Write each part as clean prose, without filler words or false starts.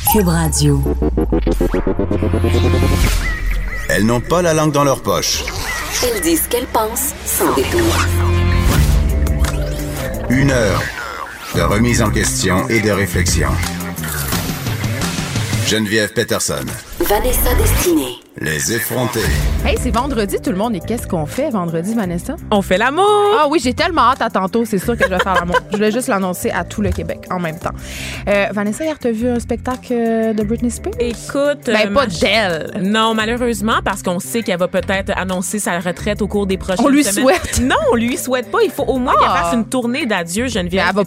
Cube Radio. Elles n'ont pas la langue dans leur poche. Elles disent ce qu'elles pensent sans détour. 1 heure de remise en question et de réflexion. Geneviève Peterson. Vanessa Destinée. Les effrontés. Hey, c'est vendredi, tout le monde. Et qu'est-ce qu'on fait vendredi, Vanessa? On fait l'amour! Ah oui, j'ai tellement hâte à tantôt. C'est sûr que je vais faire l'amour. Je voulais juste l'annoncer à tout le Québec en même temps. Vanessa, hier, t'as vu un spectacle de Britney Spears? Écoute... Pas d'elle. Non, malheureusement, parce qu'on sait qu'elle va peut-être annoncer sa retraite au cours des prochaines semaines. On lui souhaite. Non, on lui souhaite pas. Il faut au moins qu'elle fasse une tournée d'adieu, Geneviève. Elle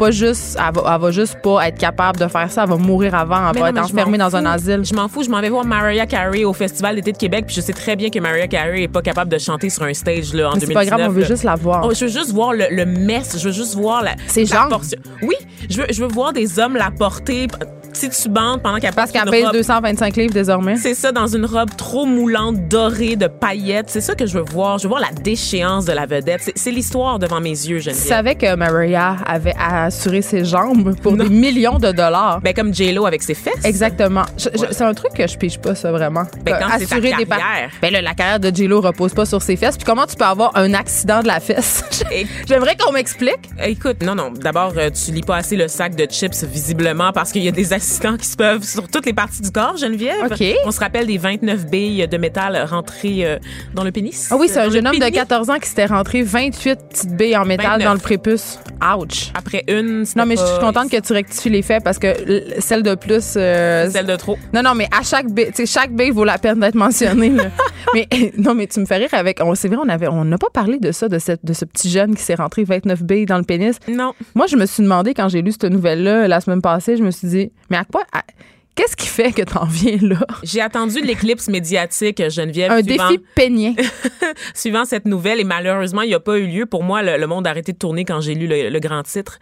va juste pas être capable de faire ça. Elle va mourir avant. Elle va être enfermée dans un asile. Je m'en fous. Je m'en vais voir Mariah Carey au Festival d'été de Québec. Puis je sais très bien que Mariah Carey est pas capable de chanter sur un stage là, en 2019. C'est pas grave, on veut juste la voir. Je veux juste voir le mess. Je veux juste voir ses jambes. Portion. Oui, je veux voir des hommes la porter titubante pendant qu'elle parce qu'elle pèse 225 livres désormais. C'est ça, dans une robe trop moulante, dorée, de paillettes. C'est ça que je veux voir. Je veux voir la déchéance de la vedette. C'est l'histoire devant mes yeux, Geneviève. Tu savais que Mariah avait assuré ses jambes pour des millions de dollars. Ben, comme J-Lo avec ses fesses. Exactement. C'est un truc que je pige pas, ça, vraiment. Ben, quand c'est ta carrière. Ben là, la carrière de J-Lo repose pas sur ses fesses. Puis comment tu peux avoir un accident de la fesse? J'aimerais qu'on m'explique. Écoute, non. D'abord, tu lis pas assez le sac de chips, visiblement, parce qu'il y a des accidents qui se peuvent sur toutes les parties du corps, Geneviève. OK. On se rappelle des 29 billes de métal rentrées dans le pénis. Ah oui, c'est un jeune homme de 14 ans qui s'était rentré 28 petites billes en métal 29. Dans le prépuce. Ouch. Après une, non, mais je suis contente que tu rectifies les faits parce que celle de plus... celle de trop. Non, mais à chaque bille vaut la peine d'être mentionnée. mais non, mais tu me fais rire avec... C'est vrai, on n'a pas parlé de ça, de ce petit jeune qui s'est rentré 29 billes dans le pénis. Non. Moi, je me suis demandé, quand j'ai lu cette nouvelle-là la semaine passée, je me suis dit, mais à quoi... Qu'est-ce qui fait que t'en viens là? J'ai attendu l'éclipse médiatique, Geneviève. Un défi pénien. Suivant cette nouvelle, et malheureusement, il n'y a pas eu lieu. Pour moi, le monde a arrêté de tourner quand j'ai lu le grand titre.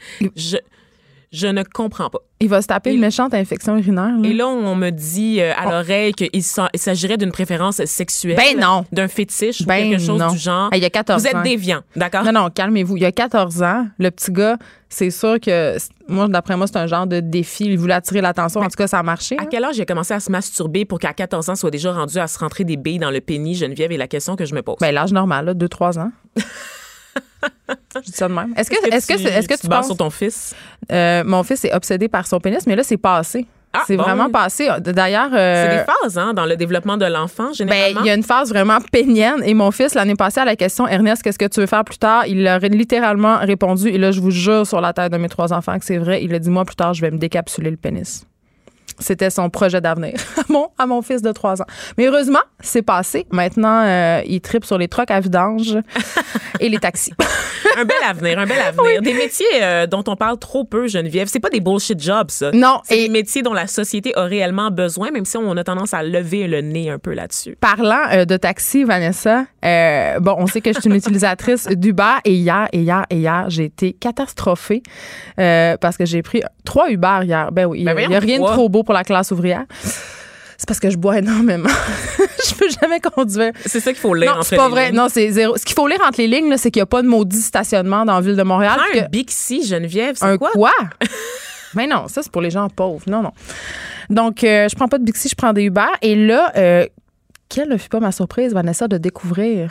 Je ne comprends pas. Il va se taper une méchante infection urinaire. Là. Et là, on me dit à l'oreille qu'il s'agirait d'une préférence sexuelle. Ben non. D'un fétiche ou quelque chose du genre. Il y a 14 ans. Vous êtes déviant, d'accord? Non, calmez-vous. Il y a 14 ans, le petit gars, c'est sûr que, moi, d'après moi, c'est un genre de défi. Il voulait attirer l'attention. En tout cas, ça a marché. À quel âge il a commencé à se masturber pour qu'à 14 ans, soit déjà rendu à se rentrer des billes dans le pénis, Geneviève, est la question que je me pose. Ben, l'âge normal, là, 2-3 ans. Je dis ça de même. Est-ce que tu penses sur ton fils? Mon fils est obsédé par son pénis, mais là, c'est passé. C'est vraiment passé. D'ailleurs... c'est des phases, dans le développement de l'enfant, généralement. Ben, il y a une phase vraiment pénienne. Et mon fils, l'année passée, à la question « Ernest, qu'est-ce que tu veux faire plus tard? » Il a littéralement répondu, et là, je vous jure sur la tête de mes 3 enfants que c'est vrai, il a dit « Moi, plus tard, je vais me décapsuler le pénis. » C'était son projet d'avenir à mon fils de 3 ans. Mais heureusement, c'est passé. Maintenant, il tripe sur les trucks à vidange et les taxis. Un bel avenir. Oui. Des métiers dont on parle trop peu, Geneviève. C'est pas des bullshit jobs, ça. Non. C'est des métiers dont la société a réellement besoin, même si on a tendance à lever le nez un peu là-dessus. Parlant de taxi, Vanessa, on sait que je suis une utilisatrice d'Uber et hier, j'ai été catastrophée parce que j'ai pris 3 Uber hier. Ben oui, il n'y a rien de trop beau pour la classe ouvrière. C'est parce que je bois énormément. Je peux jamais conduire. C'est ça qu'il faut lire entre les lignes. Non, c'est pas vrai. Non, c'est zéro. Ce qu'il faut lire entre les lignes, là, c'est qu'il n'y a pas de maudit stationnement dans la ville de Montréal. Un Bixi, Geneviève, c'est un quoi? Mais non, ça, c'est pour les gens pauvres. Non. Donc, je prends pas de Bixi, je prends des Uber. Et là, quelle ne fut pas ma surprise, Vanessa, de découvrir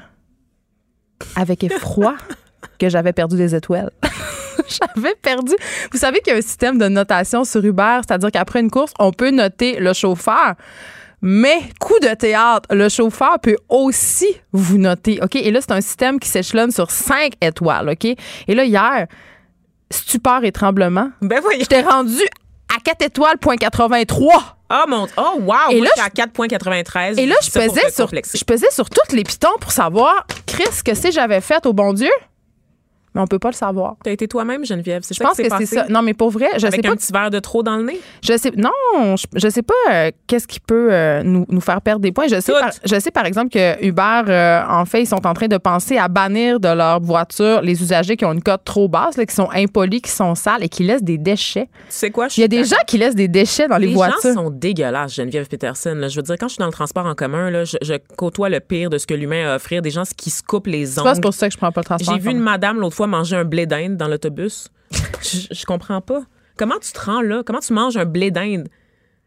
avec effroi que j'avais perdu des étoiles. J'avais perdu. Vous savez qu'il y a un système de notation sur Uber, c'est-à-dire qu'après une course, on peut noter le chauffeur. Mais, coup de théâtre, le chauffeur peut aussi vous noter, OK? Et là, c'est un système qui s'échelonne sur 5 étoiles, OK? Et là, hier, stupeur et tremblement. Ben voyons. J'étais rendue à 4 étoiles, point 83. Oh, wow! Et moi, là, j'étais à 4,93. Et là, je pesais sur tous les pitons pour savoir, Chris, que c'est j'avais fait au bon Dieu? Mais on peut pas le savoir. T'as été toi-même, Geneviève. C'est je pense que c'est ça. Non, mais pour vrai, je Avec sais pas. Avec un petit verre de trop dans le nez? Je sais pas qu'est-ce qui peut nous faire perdre des points. Je sais par exemple que Uber, en fait, ils sont en train de penser à bannir de leur voiture les usagers qui ont une cote trop basse, là, qui sont impolis, qui sont sales et qui laissent des déchets. Tu sais quoi? Il y a des gens qui laissent des déchets dans les voitures. Les gens sont dégueulasses, Geneviève Peterson. Là. Je veux dire, quand je suis dans le transport en commun, là, je côtoie le pire de ce que l'humain a à offrir. Des gens qui se coupent les ongles. C'est pour ça que je prends pas le transport. J'ai vu une madame l'autre fois manger un blé d'Inde dans l'autobus. Je comprends pas. Comment tu te rends là? Comment tu manges un blé d'Inde?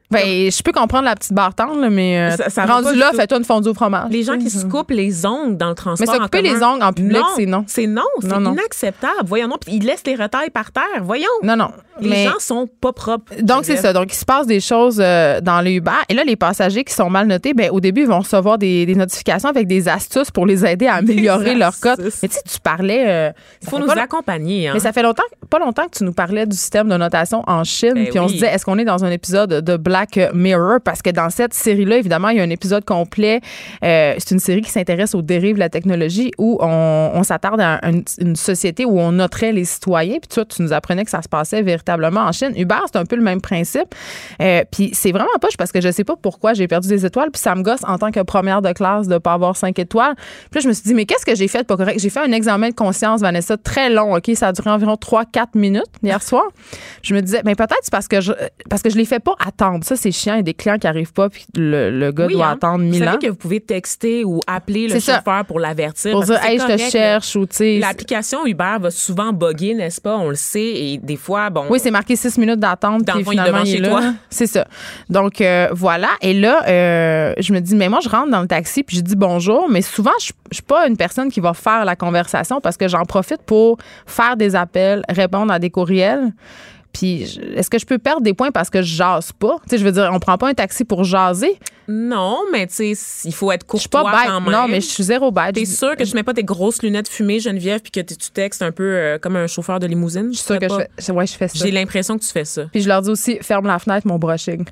Ben, je peux comprendre la petite barre tendre, là, mais Ça va rendu pas là, du tout. fais-toi une fondue au fromage. Les gens qui se coupent les ongles dans le transport Mais se en couper les commun. ongles en public, c'est non. C'est non, c'est Non. inacceptable. Voyons non, puis ils laissent les retailles par terre. Voyons. Non. Les mais... gens sont pas propres. Donc, c'est ça. Donc, il se passe des choses dans les Uber. Et là, les passagers qui sont mal notés, ben, au début, ils vont recevoir des notifications avec des astuces pour les aider à améliorer leur cote. astuces. Mais tu sais, tu parlais... Il faut nous accompagner. Hein. Mais ça fait pas longtemps que tu nous parlais du système de notation en Chine. Ben Puis on oui. se disait, est-ce qu'on est dans un épisode de Black Mirror? Parce que dans cette série-là, évidemment, il y a un épisode complet. C'est une série qui s'intéresse aux dérives de la technologie où on s'attarde à une société où on noterait les citoyens. Puis tu nous apprenais que ça se passait véritablement en Chine. Uber, c'est un peu le même principe. Puis c'est vraiment poche parce que je sais pas pourquoi j'ai perdu des étoiles. Puis ça me gosse en tant que première de classe de pas avoir 5 étoiles. Puis là, je me suis dit, mais qu'est-ce que j'ai fait de pas correct? J'ai fait un examen de conscience, Vanessa, très long, OK? Ça a duré environ 3-4 minutes hier soir. Je me disais, peut-être c'est parce que je les fais pas attendre. Ça, c'est chiant. Il y a des clients qui arrivent pas puis le gars doit attendre 1000 Vous ans. savez que vous pouvez texter ou appeler le C'est ça. chauffeur pour l'avertir. Pour parce dire, que c'est hey, je te correct, cherche ou tu sais. L'application Uber va souvent bugger, n'est-ce pas? On le sait. Et des fois, bon. Oui, c'est marqué 6 minutes d'attente. Dans Puis le fond, il est finalement, devant il est chez là. toi. C'est ça. Donc, voilà. Et là, je me dis, mais moi, je rentre dans le taxi puis je dis bonjour. Mais souvent, je suis pas une personne qui va faire la conversation parce que j'en profite pour faire des appels, répondre à des courriels. Puis, est-ce que je peux perdre des points parce que je jase pas? Tu sais, je veux dire, on prend pas un taxi pour jaser. Non, mais tu sais, il faut être Je suis pas courtois bête. quand même. Non, mais je suis zéro bête. T'es sûre que tu mets pas tes grosses lunettes fumées, Geneviève, puis que tu textes un peu comme un chauffeur de limousine? Je suis sûre que je fais ça. J'ai l'impression que tu fais ça. Puis je leur dis aussi, ferme la fenêtre, mon brushing.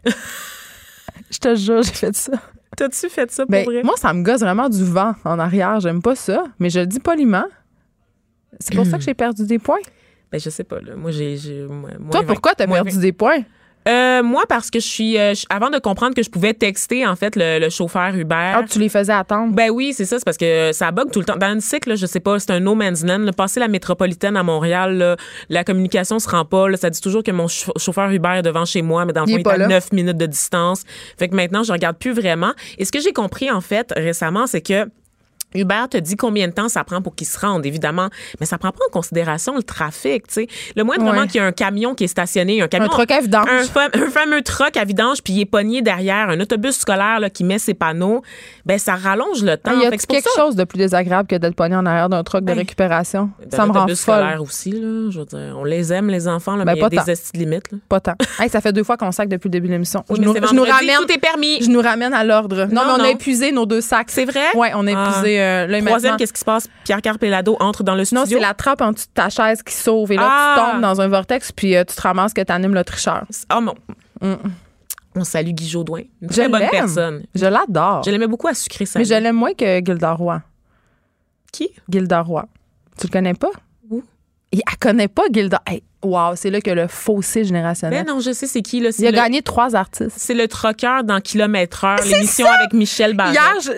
Je te jure, j'ai fait ça. T'as-tu fait ça pour Ben, vrai? moi, ça me gosse vraiment du vent en arrière. J'aime pas ça, mais je le dis poliment. C'est pour ça que j'ai perdu des points. Ben, je sais pas, là. Moi, j'ai moins Toi, pourquoi t'as moins perdu des points? Moi, parce que je suis... avant de comprendre que je pouvais texter, en fait, le chauffeur Uber... Ah, tu les faisais attendre? Ben oui, c'est ça. C'est parce que ça bug tout le temps. Dans une cycle, là, je sais pas, c'est un no man's land. Là, passer la métropolitaine à Montréal, là, la communication se rend pas. Là, ça dit toujours que mon chauffeur Uber est devant chez moi, mais dans le fond, il est à 9 minutes de distance. Fait que maintenant, je regarde plus vraiment. Et ce que j'ai compris, en fait, récemment, c'est que Uber te dit combien de temps ça prend pour qu'il se rende, évidemment, mais ça prend pas en considération le trafic, tu sais. Le moindre moment qu'il y a un camion qui est stationné, un truck à vidange. un fameux truck à vidange, puis il est pogné derrière un autobus scolaire là, qui met ses panneaux, ben ça rallonge le temps. Il y a Fait que c'est quelque chose de plus désagréable que d'être pogné en arrière d'un truck de récupération. Ça me rend folle. Scolaire aussi, là, je veux dire, on les aime, les enfants, là, mais il y a des estis de limites. Là. Pas tant. Hey, ça fait 2 fois qu'on sac depuis le début de l'émission. Oui, je nous ramène, tout est permis. Je nous ramène à l'ordre. Non, mais on a épuisé nos 2 sacs. C'est vrai? Oui, on a épuisé. Troisième, qu'est-ce qui se passe? Pierre Carpellado entre dans le studio. Non, c'est la trappe en dessous de ta chaise qui sauve. Et là, tu tombes dans un vortex, puis tu te ramasses que tu animes le tricheur. Oh mon... On salue Guy Jodoin. Une très bonne personne. Je l'adore. Je l'aimais beaucoup à sucrer ça. Mais je l'aime moins que Gilda Roy. Qui? Gilda Roy. Tu le connais pas? Où? Elle connaît pas Gilda. Hey, wow, c'est là que le fossé générationnel. Ben non, je sais c'est qui. Là. Il a gagné 3 artistes. C'est le troqueur dans Kilomètre-heure, l'émission avec Michel Barrette.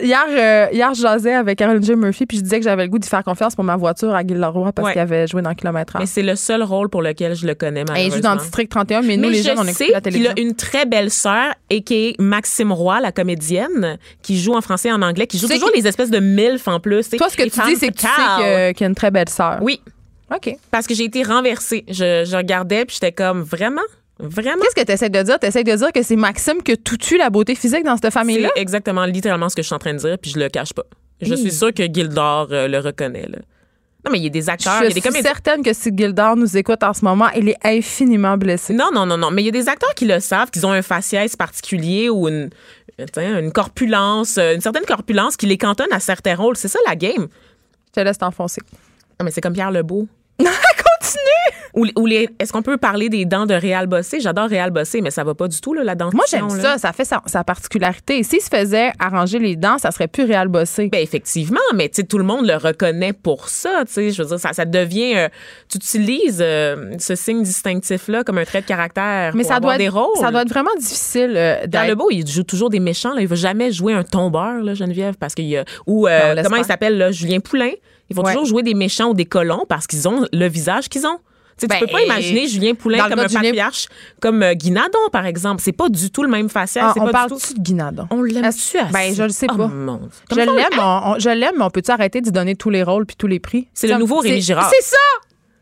Hier, je jasais avec Caroline J. Murphy, puis je disais que j'avais le goût d'y faire confiance pour ma voiture à Gilda Roy parce qu'il avait joué dans Kilomètre-heure. Mais c'est le seul rôle pour lequel je le connais, malheureusement. Il joue dans District 31, mais nous, les jeunes, on écoute la télévision. Mais je sais qu'il a une très belle sœur, a.k.a. Maxime Roy, la comédienne, qui joue en français et en anglais, qui joue toujours les espèces de milf en plus. Toi, ce que tu dis, c'est que tu sais qu'il y a une très belle sœur. Oui. OK. Parce que j'ai été renversée. Je regardais, puis j'étais comme, vraiment? Vraiment? Qu'est-ce que tu essaies de dire? Tu essaies de dire que c'est Maxime que tout tue la beauté physique dans cette famille-là? C'est exactement, littéralement ce que je suis en train de dire, puis je le cache pas. Je suis sûre que Gildor le reconnaît, là. Non, mais il y a des acteurs, il y a des comédiens. Je suis certaine que si Gildor nous écoute en ce moment, il est infiniment blessé. Non. Mais il y a des acteurs qui le savent, qu'ils ont un faciès particulier ou une corpulence, une certaine corpulence qui les cantonne à certains rôles. C'est ça, la game. Je te laisse t'enfoncer. Non, mais c'est comme Pierre Lebeau. Continue! Est-ce qu'on peut parler des dents de Réal Bossé? J'adore Réal Bossé, mais ça va pas du tout, là, la dentition. Moi, j'aime ça. Ça fait sa particularité. S'il se faisait arranger les dents, ça serait plus Réal Bossé. Ben effectivement, mais tu sais, tout le monde le reconnaît pour ça. Tu sais, je veux dire, ça devient... tu utilises ce signe distinctif-là comme un trait de caractère pour avoir des rôles. Ça doit être vraiment difficile Pierre Lebeau, il joue toujours des méchants. Là. Il va jamais jouer un tombeur, là, Geneviève, parce qu'il y a... Ou comment il s'appelle, là, Julien Poulain. Ils vont toujours jouer des méchants ou des colons parce qu'ils ont le visage qu'ils ont. Tu peux pas imaginer Julien Poulain comme un patriarche, comme Guy Nadon, par exemple. C'est pas du tout le même faciès. On parle-tu de Guy Nadon? On l'aime-tu assez? Ben, je le sais pas. Mon je l'aime, mais on peut-tu arrêter d'y donner tous les rôles puis tous les prix? C'est le nouveau Rémi Girard. C'est ça!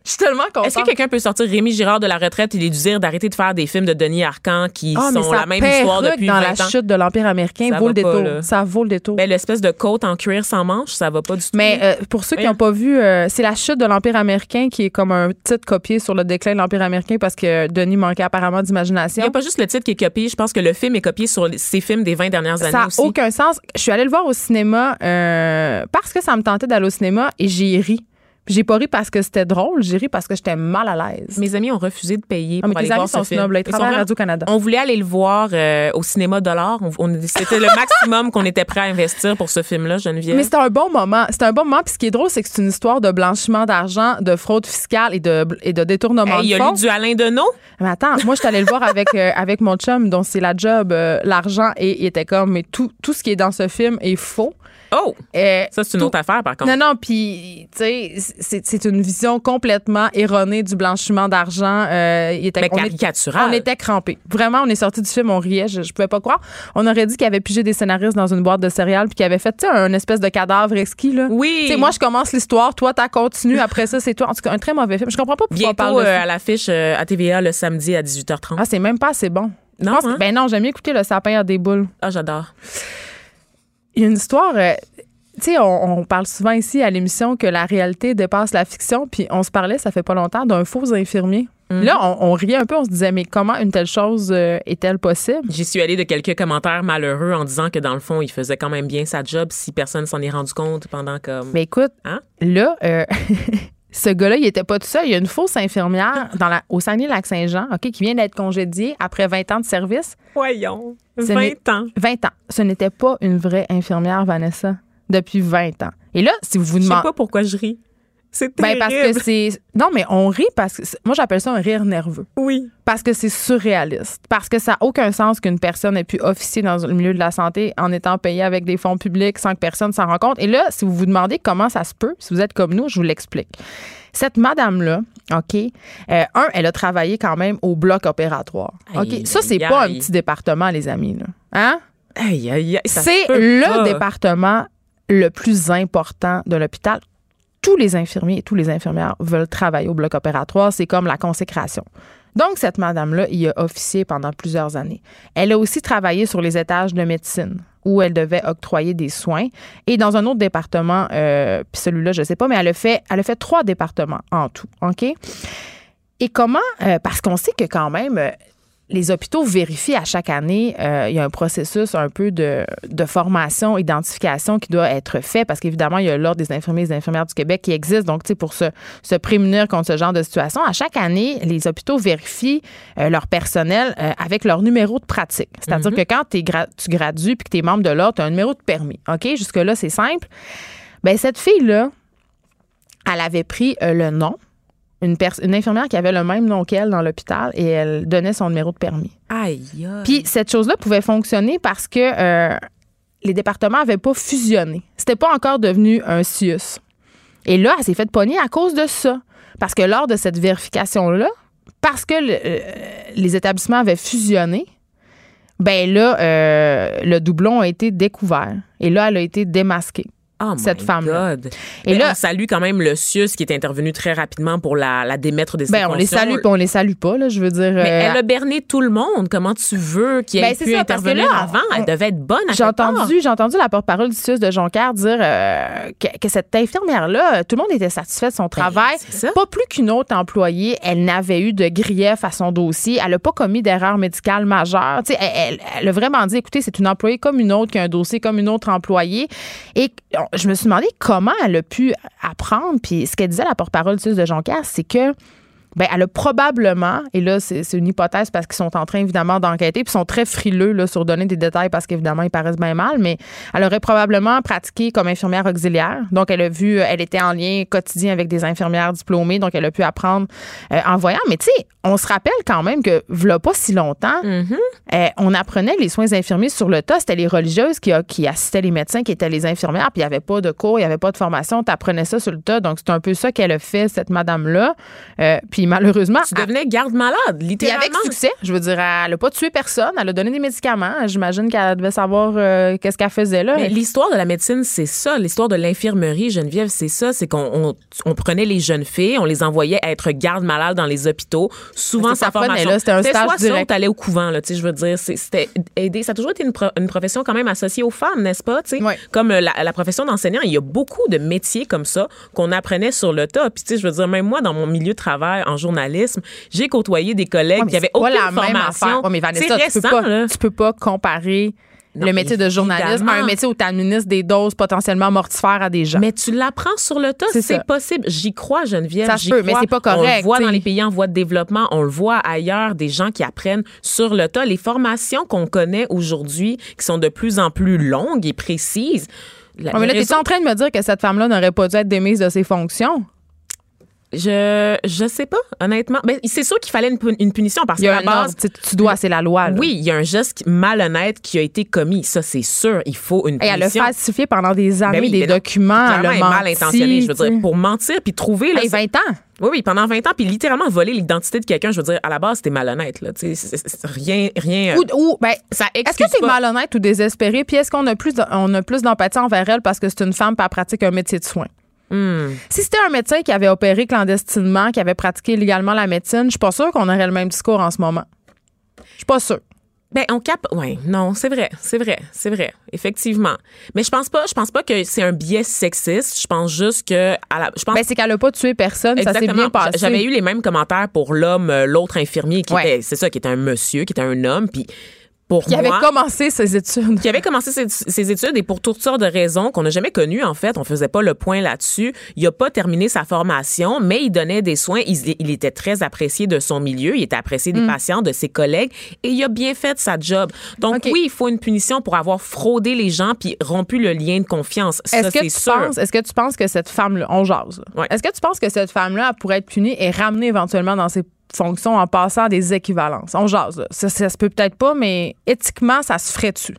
Je suis tellement contente. Est-ce que quelqu'un peut sortir Rémi Girard de la retraite et lui dire d'arrêter de faire des films de Denis Arcand qui sont la même histoire depuis 20 ans? Dans la chute de l'Empire américain, vaut le détour. Ça vaut le détour. Ben, l'espèce de côte en cuir sans manche, ça va pas du tout. Mais pour ceux qui n'ont pas vu, c'est la chute de l'Empire américain qui est comme un titre copié sur le déclin de l'Empire américain parce que Denis manquait apparemment d'imagination. Il n'y a pas juste le titre qui est copié. Je pense que le film est copié sur ces films des 20 dernières années aussi. Ça n'a aucun sens. Je suis allée le voir au cinéma parce que ça me tentait d'aller au cinéma et j'ai ri. J'ai pas ri parce que c'était drôle, j'ai ri parce que j'étais mal à l'aise. Mes amis ont refusé de payer pour aller voir ce film. Tes amis sont snobs, ils travaillent à Radio-Canada. On voulait aller le voir au cinéma $. C'était le maximum qu'on était prêt à investir pour ce film-là, Geneviève. Mais c'était un bon moment. C'était un bon moment. Puis ce qui est drôle, c'est que c'est une histoire de blanchiment d'argent, de fraude fiscale et de détournement de fonds. Il y a eu du Alain Deneau. Mais attends, moi, je suis allée le voir avec mon chum, dont c'est la job, l'argent, et il était comme, mais tout ce qui est dans ce film est faux. Oh! Ça, c'est une autre affaire, par contre. Non, puis, tu sais, c'est une vision complètement erronée du blanchiment d'argent. Mais caricatural. On était crampés. Vraiment, on est sortis du film, on riait, je pouvais pas croire. On aurait dit qu'il avait pigé des scénaristes dans une boîte de céréales puis qu'il avait fait, tu sais, un espèce de cadavre exquis, là. Oui. Tu sais, moi, je commence l'histoire, toi, t'as continué. Après ça, c'est toi. En tout cas, un très mauvais film. Je comprends pas pourquoi on parle de ça. À l'affiche à TVA le samedi à 18h30. Ah, c'est même pas assez bon. Non, hein? Ben non, j'aime mieux écouter Le sapin à des boules. Ah, j'adore. Il y a une histoire... tu sais, on parle souvent ici à l'émission que la réalité dépasse la fiction, puis on se parlait, ça fait pas longtemps, d'un faux infirmier. Mm-hmm. Là, on riait un peu, on se disait, mais comment une telle chose est-elle possible? J'y suis allée de quelques commentaires malheureux en disant que, dans le fond, il faisait quand même bien sa job si personne s'en est rendu compte pendant comme... Mais écoute, là... ce gars-là, il était pas tout seul. Il y a une fausse infirmière au Saguenay-Lac-Saint-Jean, OK, qui vient d'être congédiée après 20 ans de service. Voyons, 20 ans. 20 ans. Ce n'était pas une vraie infirmière, Vanessa, depuis 20 ans. Et là, si vous vous demandez... Je sais pas pourquoi je ris. C'est terrible. Parce que c'est... Non, mais on rit parce que... Moi, j'appelle ça un rire nerveux. Oui. Parce que c'est surréaliste. Parce que ça n'a aucun sens qu'une personne ait pu officier dans le milieu de la santé en étant payée avec des fonds publics sans que personne s'en rende compte. Et là, si vous vous demandez comment ça se peut, si vous êtes comme nous, je vous l'explique. Cette madame-là, OK, elle a travaillé quand même au bloc opératoire. OK? Ça, c'est pas un petit département, les amis, là. Hein? C'est le département le plus important de l'hôpital. Tous les infirmiers et tous les infirmières veulent travailler au bloc opératoire. C'est comme la consécration. Donc, cette madame-là, il a officié pendant plusieurs années. Elle a aussi travaillé sur les étages de médecine où elle devait octroyer des soins. Et dans un autre département, puis celui-là, je ne sais pas, mais elle a fait 3 départements en tout. OK? Et comment? Parce qu'on sait que quand même... les hôpitaux vérifient à chaque année, il y a un processus un peu de formation, identification qui doit être fait parce qu'évidemment, il y a l'Ordre des infirmiers et des infirmières du Québec qui existe. Donc, tu sais, pour se prémunir contre ce genre de situation, à chaque année, les hôpitaux vérifient leur personnel avec leur numéro de pratique. C'est-à-dire que quand tu gradues puis que tu es membre de l'Ordre, tu as un numéro de permis. OK? Jusque-là, c'est simple. Bien, cette fille-là, elle avait pris le nom. Une infirmière qui avait le même nom qu'elle dans l'hôpital et elle donnait son numéro de permis. Aïe, aïe. Puis cette chose-là pouvait fonctionner parce que les départements n'avaient pas fusionné. C'était pas encore devenu un CIUS. Et là, elle s'est fait pogner à cause de ça. Parce que lors de cette vérification-là, parce que les établissements avaient fusionné, ben là, le doublon a été découvert. Et là, elle a été démasquée. Oh cette femme-là. Et là, on salue quand même le CIUS qui est intervenu très rapidement pour la démettre des fonctions. On les salue pas, on les salue pas, là, je veux dire. Mais elle a berné tout le monde. Comment tu veux qu'il ait pu intervenir avant? Elle devait être bonne à J'ai entendu la porte-parole du CIUS de Jonquière dire que cette infirmière-là, tout le monde était satisfait de son travail. Pas plus qu'une autre employée. Elle n'avait eu de grief à son dossier. Elle n'a pas commis d'erreur médicale majeure. Tu sais, elle a vraiment dit, écoutez, c'est une employée comme une autre qui a un dossier comme une autre employée. Et je me suis demandé comment elle a pu apprendre. Puis ce qu'elle disait, la porte-parole du CIUS de Jonquière, c'est que elle a probablement, et là, c'est une hypothèse parce qu'ils sont en train, évidemment, d'enquêter, puis sont très frileux là, sur donner des détails parce qu'évidemment, ils paraissent bien mal, mais elle aurait probablement pratiqué comme infirmière auxiliaire. Donc, elle était en lien quotidien avec des infirmières diplômées, donc elle a pu apprendre en voyant. Mais tu sais, on se rappelle quand même que, v'là pas si longtemps, on apprenait les soins infirmiers sur le tas. C'était les religieuses qui assistaient les médecins, qui étaient les infirmières, puis il n'y avait pas de cours, il n'y avait pas de formation. Tu apprenais ça sur le tas. Donc, c'est un peu ça qu'elle a fait, cette madame-là. Puis malheureusement... Tu devenais garde-malade, littéralement. Et avec succès, je veux dire, elle n'a pas tué personne, elle a donné des médicaments. J'imagine qu'elle devait savoir qu'est-ce qu'elle faisait là. Mais l'histoire de la médecine, c'est ça. L'histoire de l'infirmerie, Geneviève, c'est ça. C'est qu'on prenait les jeunes filles, on les envoyait être garde-malades dans les hôpitaux. Souvent, sa formation... C'était un stage direct. Tu allais au couvent, là, je veux dire. C'était aider. Ça a toujours été une profession quand même associée aux femmes, n'est-ce pas? Oui. Comme la profession d'enseignant, il y a beaucoup de métiers comme ça qu'on apprenait sur le tas. Puis, je veux dire, même moi, dans mon milieu de travail en journalisme, j'ai côtoyé des collègues qui avaient aucune formation. Oui, mais Vanessa, tu peux pas comparer le métier de journaliste à un métier où tu administres des doses potentiellement mortifères à des gens. Mais tu l'apprends sur le tas, c'est possible. J'y crois, Geneviève. Ça se peut, mais c'est pas correct. On le voit dans les pays en voie de développement, on le voit ailleurs, des gens qui apprennent sur le tas. Les formations qu'on connaît aujourd'hui, qui sont de plus en plus longues et précises. Mais là, t'es-tu en train de me dire que cette femme-là n'aurait pas dû être démise de ses fonctions? Je sais pas, honnêtement. Ben, c'est sûr qu'il fallait une punition parce qu'à la base... Tu dois, c'est la loi. Là. Oui, il y a un geste malhonnête qui a été commis. Ça, c'est sûr. Il faut une punition. Elle a falsifié pendant des années des documents. Elle est mal intentionnée, je veux dire, pour mentir puis trouver... Là, 20 ans. Oui, pendant 20 ans, puis littéralement voler l'identité de quelqu'un, je veux dire, à la base, c'était malhonnête. Là, c'est rien. Ça excuse est-ce que c'est malhonnête ou désespéré? Puis est-ce qu'on a plus d'empathie envers elle parce que c'est une femme qui pratique un métier de soin? Si c'était un médecin qui avait opéré clandestinement, qui avait pratiqué illégalement la médecine, je suis pas sûre qu'on aurait le même discours en ce moment. Je suis pas sûre. Ben, oui, non, c'est vrai, effectivement. Mais je pense pas que c'est un biais sexiste. Je pense juste que, c'est qu'elle a pas tué personne, exactement. Ça s'est bien passé. J'avais eu les mêmes commentaires pour l'homme, l'autre infirmier qui était un monsieur, qui était un homme, puis qui avait commencé ses études. Qui avait commencé ses études et pour toutes sortes de raisons qu'on n'a jamais connues, en fait. On faisait pas le point là-dessus. Il a pas terminé sa formation, mais il donnait des soins. Il était très apprécié de son milieu. Il était apprécié des patients, de ses collègues et il a bien fait sa job. Donc, oui, il faut une punition pour avoir fraudé les gens puis rompu le lien de confiance. Ça, c'est sûr. Est-ce que tu penses que cette femme-là, on jase, là. Ouais. Est-ce que tu penses que cette femme-là pourrait être punie et ramenée éventuellement dans ses fonctions en passant à des équivalences? On jase, là. Ça se peut peut-être pas, mais éthiquement, ça se ferait-tu?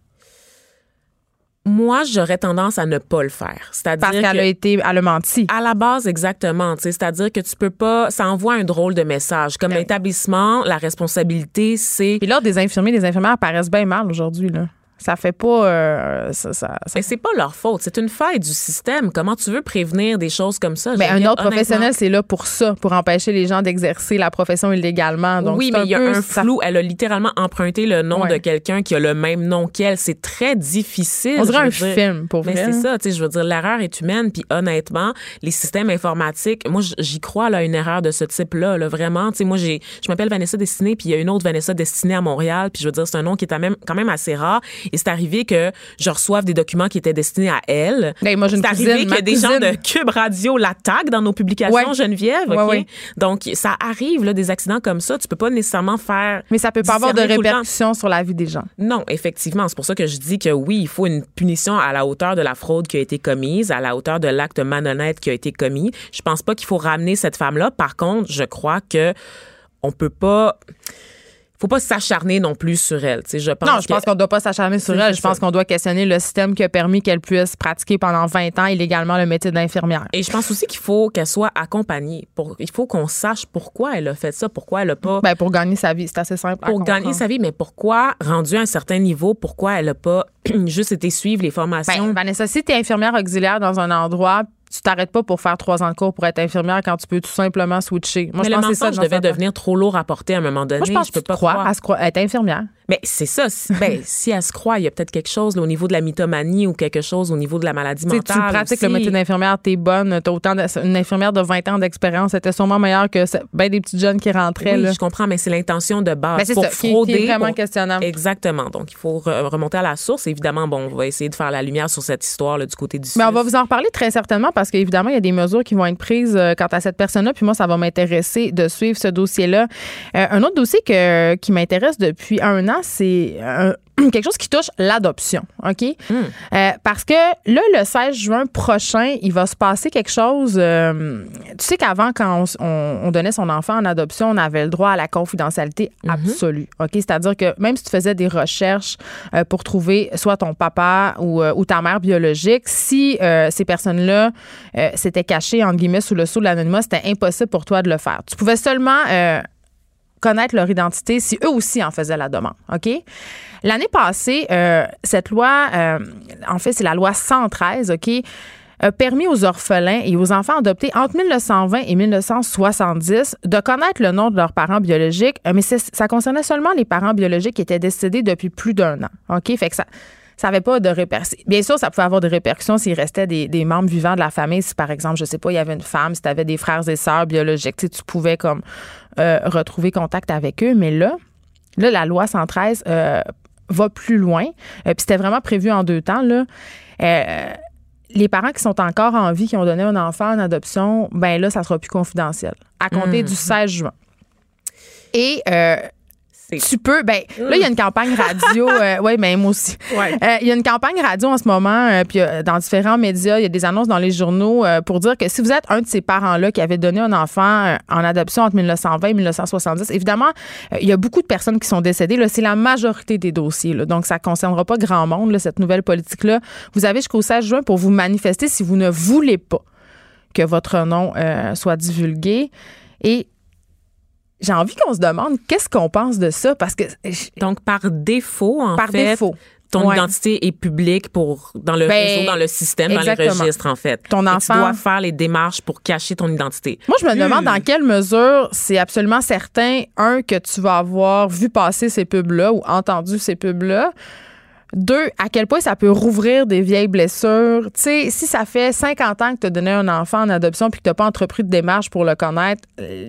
Moi, j'aurais tendance à ne pas le faire. C'est-à-dire parce qu'elle a menti. À la base, exactement. C'est-à-dire que tu peux pas... Ça envoie un drôle de message. Comme l'établissement, la responsabilité, c'est... Puis là, des infirmières paraissent bien mal aujourd'hui, là. Ça fait pas... Mais c'est pas leur faute. C'est une faille du système. Comment tu veux prévenir des choses comme ça? Mais un autre professionnel, c'est là pour ça, pour empêcher les gens d'exercer la profession illégalement. Donc, oui, mais il y a un flou. Elle a littéralement emprunté le nom de quelqu'un qui a le même nom qu'elle. C'est très difficile. On dirait un film, pour vrai. Mais c'est ça, je veux dire, l'erreur est humaine. Puis honnêtement, les systèmes informatiques, moi, j'y crois, là, une erreur de ce type-là, là, vraiment. Moi, je m'appelle Vanessa Destinée, puis il y a une autre Vanessa Destinée à Montréal. Puis je veux dire, c'est un nom qui est quand même assez rare. Et c'est arrivé que je reçoive des documents qui étaient destinés à elle. Moi, c'est arrivé qu'il y a des gens de Cube Radio la tag dans nos publications, Geneviève. Okay? Donc, ça arrive, là, des accidents comme ça. Tu peux pas nécessairement faire... Mais ça peut pas avoir de répercussions sur la vie des gens. Non, effectivement. C'est pour ça que je dis que oui, il faut une punition à la hauteur de la fraude qui a été commise, à la hauteur de l'acte malhonnête qui a été commis. Je pense pas qu'il faut ramener cette femme-là. Par contre, je crois que on peut pas... Faut pas s'acharner non plus sur elle. Je pense qu'on doit pas s'acharner sur elle. Je pense qu'on doit questionner le système qui a permis qu'elle puisse pratiquer pendant 20 ans illégalement le métier d'infirmière. Et je pense aussi qu'il faut qu'elle soit accompagnée. Il faut qu'on sache pourquoi elle a fait ça, pourquoi elle a pas... pour gagner sa vie, c'est assez simple. Pour gagner sa vie, mais pourquoi, rendu à un certain niveau, pourquoi elle a pas juste été suivre les formations? Vanessa, si t'es infirmière auxiliaire dans un endroit... Tu t'arrêtes pas pour faire 3 ans de cours pour être infirmière quand tu peux tout simplement switcher. Moi, je pense que ça devait devenir trop lourd à porter à un moment donné. Moi, je pense que tu peux pas croire à être infirmière. Mais c'est ça. Si elle se croit, il y a peut-être quelque chose là, au niveau de la mythomanie ou quelque chose au niveau de la maladie mentale. Tu pratiques aussi. Le métier d'infirmière, t'es bonne. T'as une infirmière de 20 ans d'expérience était sûrement meilleure que des petites jeunes qui rentraient. Oui, là. je comprends, mais c'est l'intention de base. C'est pour ça, frauder. Qui est vraiment questionnable. Exactement. Donc, il faut remonter à la source. Évidemment, on va essayer de faire la lumière sur cette histoire là, du côté du Mais on va vous en reparler très certainement parce qu'évidemment, il y a des mesures qui vont être prises quant à cette personne-là. Puis moi, ça va m'intéresser de suivre ce dossier-là. Un autre dossier qui m'intéresse depuis 1 an, c'est quelque chose qui touche l'adoption, OK? Parce que là, le 16 juin prochain, il va se passer quelque chose. Tu sais qu'avant, quand on donnait son enfant en adoption, on avait le droit à la confidentialité absolue, OK? C'est-à-dire que même si tu faisais des recherches pour trouver soit ton papa ou ta mère biologique, si ces personnes-là s'étaient cachées, entre guillemets, sous le sceau de l'anonymat, c'était impossible pour toi de le faire. Tu pouvais seulement connaître leur identité si eux aussi en faisaient la demande, OK? L'année passée, cette loi, en fait, c'est la loi 113, OK, a permis aux orphelins et aux enfants adoptés entre 1920 et 1970 de connaître le nom de leurs parents biologiques, mais ça concernait seulement les parents biologiques qui étaient décédés depuis plus d'1 an, OK? Fait que ça n'avait pas de répercussions. Bien sûr, ça pouvait avoir des répercussions s'il restait des membres vivants de la famille. Si, par exemple, je sais pas, il y avait une femme, si tu avais des frères et sœurs biologiques, tu pouvais comme retrouver contact avec eux. Mais là, la loi 113 va plus loin. Puis c'était vraiment prévu en 2 temps, là. Les parents qui sont encore en vie, qui ont donné un enfant en adoption, ben là, ça sera plus confidentiel. À compter du 16 juin. Et tu peux, ben là, il y a une campagne radio, oui, ben moi aussi. Ouais. Il y a une campagne radio en ce moment, puis dans différents médias, il y a des annonces dans les journaux pour dire que si vous êtes un de ces parents-là qui avait donné un enfant en adoption entre 1920 et 1970, évidemment, il y a beaucoup de personnes qui sont décédées. Là, c'est la majorité des dossiers. Là, donc, ça ne concernera pas grand monde, là, cette nouvelle politique-là. Vous avez jusqu'au 16 juin pour vous manifester si vous ne voulez pas que votre nom soit divulgué. Et j'ai envie qu'on se demande qu'est-ce qu'on pense de ça parce que donc par défaut ton identité est publique dans le réseau, dans le système, exactement. Dans les registres en fait. Ton enfant, tu dois faire les démarches pour cacher ton identité. Moi, je me demande dans quelle mesure c'est absolument certain que tu vas avoir vu passer ces pubs-là ou entendu ces pubs-là. 2, à quel point ça peut rouvrir des vieilles blessures. Tu sais, si ça fait 50 ans que tu as donné un enfant en adoption puis que tu n'as pas entrepris de démarche pour le connaître.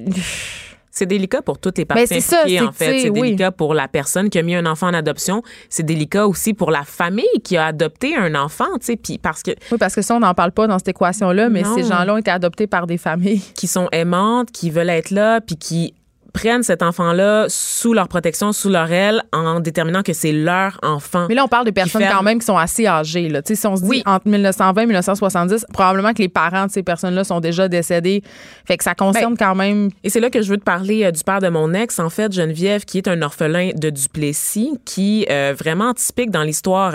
C'est délicat pour toutes les parties impliquées, en fait. C'est délicat pour la personne qui a mis un enfant en adoption. C'est délicat aussi pour la famille qui a adopté un enfant, tu sais. Puis parce que... Oui, parce que ça, on n'en parle pas dans cette équation-là, mais ces gens-là ont été adoptés par des familles. Qui sont aimantes, qui veulent être là, puis qui prennent cet enfant-là sous leur protection, sous leur aile, en déterminant que c'est leur enfant. Mais là, on parle de personnes quand même qui sont assez âgées. Là. Si on se dit entre 1920 et 1970, probablement que les parents de ces personnes-là sont déjà décédés. Fait que ça concerne quand même... Et c'est là que je veux te parler du père de mon ex, en fait, Geneviève, qui est un orphelin de Duplessis, qui vraiment typique dans l'histoire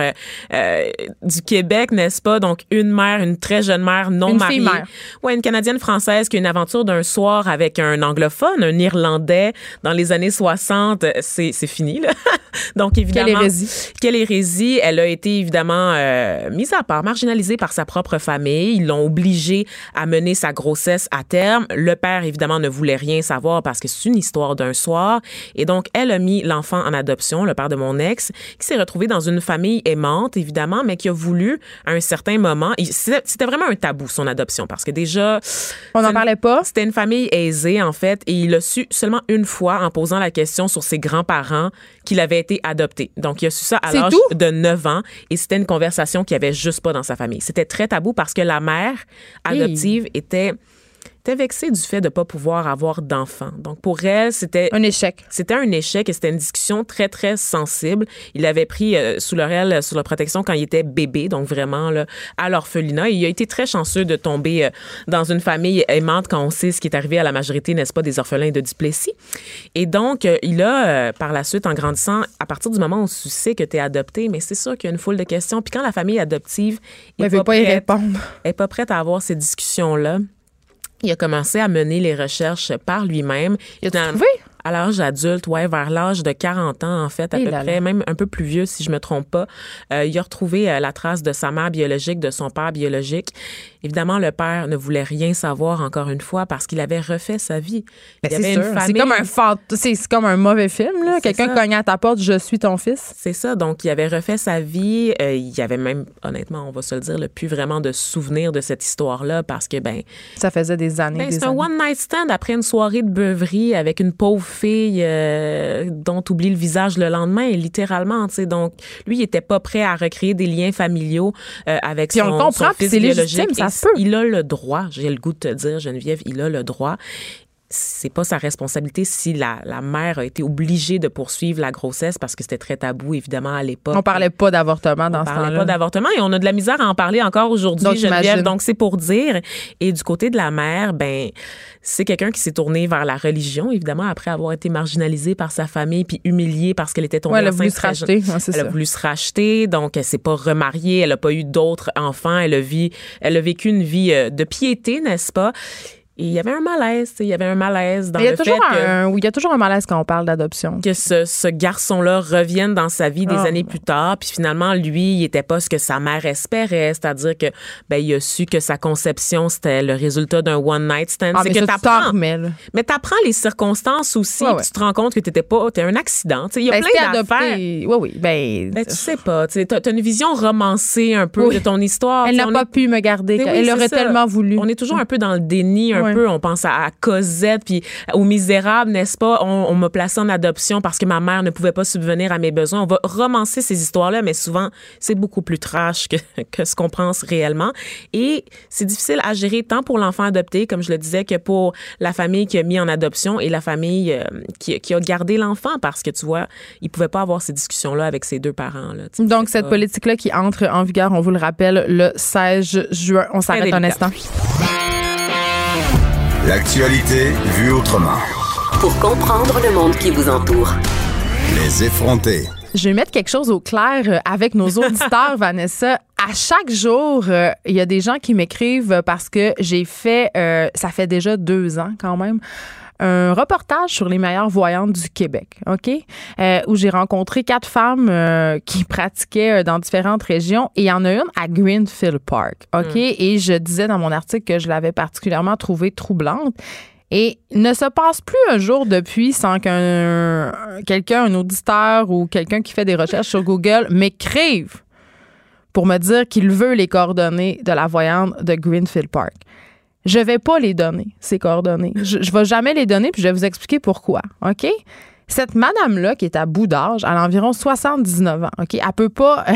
du Québec, n'est-ce pas? Donc, une très jeune mère non mariée. Une fille-mère. Oui, une Canadienne-Française qui a une aventure d'un soir avec un anglophone, un Irlandais, dans les années 60, c'est fini, là. Donc, évidemment... Quelle hérésie. Elle a été, évidemment, mise à part, marginalisée par sa propre famille. Ils l'ont obligée à mener sa grossesse à terme. Le père, évidemment, ne voulait rien savoir parce que c'est une histoire d'un soir. Et donc, elle a mis l'enfant en adoption, le père de mon ex, qui s'est retrouvé dans une famille aimante, évidemment, mais qui a voulu, à un certain moment... C'était vraiment un tabou, son adoption, parce que déjà... On n'en parlait pas. C'était une famille aisée, en fait, et il a su seulement une fois en posant la question sur ses grands-parents qu'il avait été adopté. Donc, il a su ça à l'âge de 9 ans et c'était une conversation qu'il n'y avait juste pas dans sa famille. C'était très tabou parce que la mère adoptive était vexée du fait de ne pas pouvoir avoir d'enfants. Donc, pour elle, c'était... un échec. C'était un échec et c'était une discussion très, très sensible. Il l'avait pris sous leur aile, sous leur protection quand il était bébé, donc vraiment là, à l'orphelinat. Et il a été très chanceux de tomber dans une famille aimante quand on sait ce qui est arrivé à la majorité, n'est-ce pas, des orphelins de Duplessis. Et donc, il a, par la suite, en grandissant, à partir du moment où tu sais que tu es adopté, mais c'est sûr qu'il y a une foule de questions. Puis quand la famille adoptive n'est pas prête à avoir ces discussions-là, il a commencé à mener les recherches par lui-même. Il a trouvé? À l'âge adulte, vers l'âge de 40 ans, en fait, à peu près, même un peu plus vieux, si je me trompe pas. Il a retrouvé la trace de sa mère biologique, de son père biologique. Évidemment, le père ne voulait rien savoir, encore une fois, parce qu'il avait refait sa vie. Il y avait une famille. C'est comme un mauvais film, là. Quelqu'un cogne à ta porte, je suis ton fils. C'est ça. Donc, il avait refait sa vie. Il y avait même, honnêtement, on va se le dire, plus vraiment de souvenirs de cette histoire-là, parce que, ça faisait des années. C'est un one-night stand après une soirée de beuverie avec une pauvre fille dont tu oublies le visage le lendemain, littéralement. T'sais. Donc, lui, il n'était pas prêt à recréer des liens familiaux avec son fils biologique. Ça se peut. Il a le droit, j'ai le goût de te dire, Geneviève, il a le droit. c'est pas sa responsabilité si la mère a été obligée de poursuivre la grossesse parce que c'était très tabou, évidemment, à l'époque. On parlait pas d'avortement dans ce temps-là. On parlait pas d'avortement et on a de la misère à en parler encore aujourd'hui, Geneviève. Donc, c'est pour dire. Et du côté de la mère, ben, c'est quelqu'un qui s'est tourné vers la religion, évidemment, après avoir été marginalisée par sa famille puis humiliée parce qu'elle était tombée enceinte. Elle a voulu se racheter. Elle a voulu se racheter, donc elle s'est pas remariée, elle a pas eu d'autres enfants, elle a vécu une vie de piété, n'est-ce pas? Et il y avait un malaise, dans le fait que... il y a toujours un malaise quand on parle d'adoption. Que ce garçon-là revienne dans sa vie des années plus tard, puis finalement, lui, il était pas ce que sa mère espérait, c'est-à-dire que, ben, il a su que sa conception, c'était le résultat d'un one-night stand. C'est que t'apprends. Mais t'apprends les circonstances aussi, puis tu te rends compte que t'es un accident. Il y a plein d'affaires. Oui. Ben, tu sais pas, t'as une vision romancée un peu de ton histoire. Elle n'a pas pu me garder. Elle aurait tellement voulu. On est toujours un peu dans le déni, un peu, on pense à Cosette puis aux Misérables, n'est-ce pas? On m'a placé en adoption parce que ma mère ne pouvait pas subvenir à mes besoins. On va romancer ces histoires-là, mais souvent, c'est beaucoup plus trash que ce qu'on pense réellement. Et c'est difficile à gérer tant pour l'enfant adopté, comme je le disais, que pour la famille qui a mis en adoption et la famille qui a gardé l'enfant parce que, tu vois, ils pouvaient pas avoir ces discussions-là avec ses deux parents. Là, donc, cette politique-là qui entre en vigueur, on vous le rappelle, le 16 juin. On s'arrête un instant. L'actualité vue autrement. Pour comprendre le monde qui vous entoure. Les effrontés. Je vais mettre quelque chose au clair avec nos auditeurs, Vanessa. À chaque jour, il y a des gens qui m'écrivent parce que j'ai fait, ça fait déjà 2 ans quand même, un reportage sur les meilleures voyantes du Québec, OK? Où j'ai rencontré 4 femmes qui pratiquaient dans différentes régions. Et il y en a une à Greenfield Park, OK? Et je disais dans mon article que je l'avais particulièrement trouvée troublante. Et il ne se passe plus un jour depuis sans quelqu'un, un auditeur ou quelqu'un qui fait des recherches sur Google m'écrive pour me dire qu'il veut les coordonnées de la voyante de Greenfield Park. Je vais pas les donner, ces coordonnées. Je vais jamais les donner, puis je vais vous expliquer pourquoi, OK? Cette madame-là, qui est à bout d'âge, elle a environ 79 ans, OK? Elle peut pas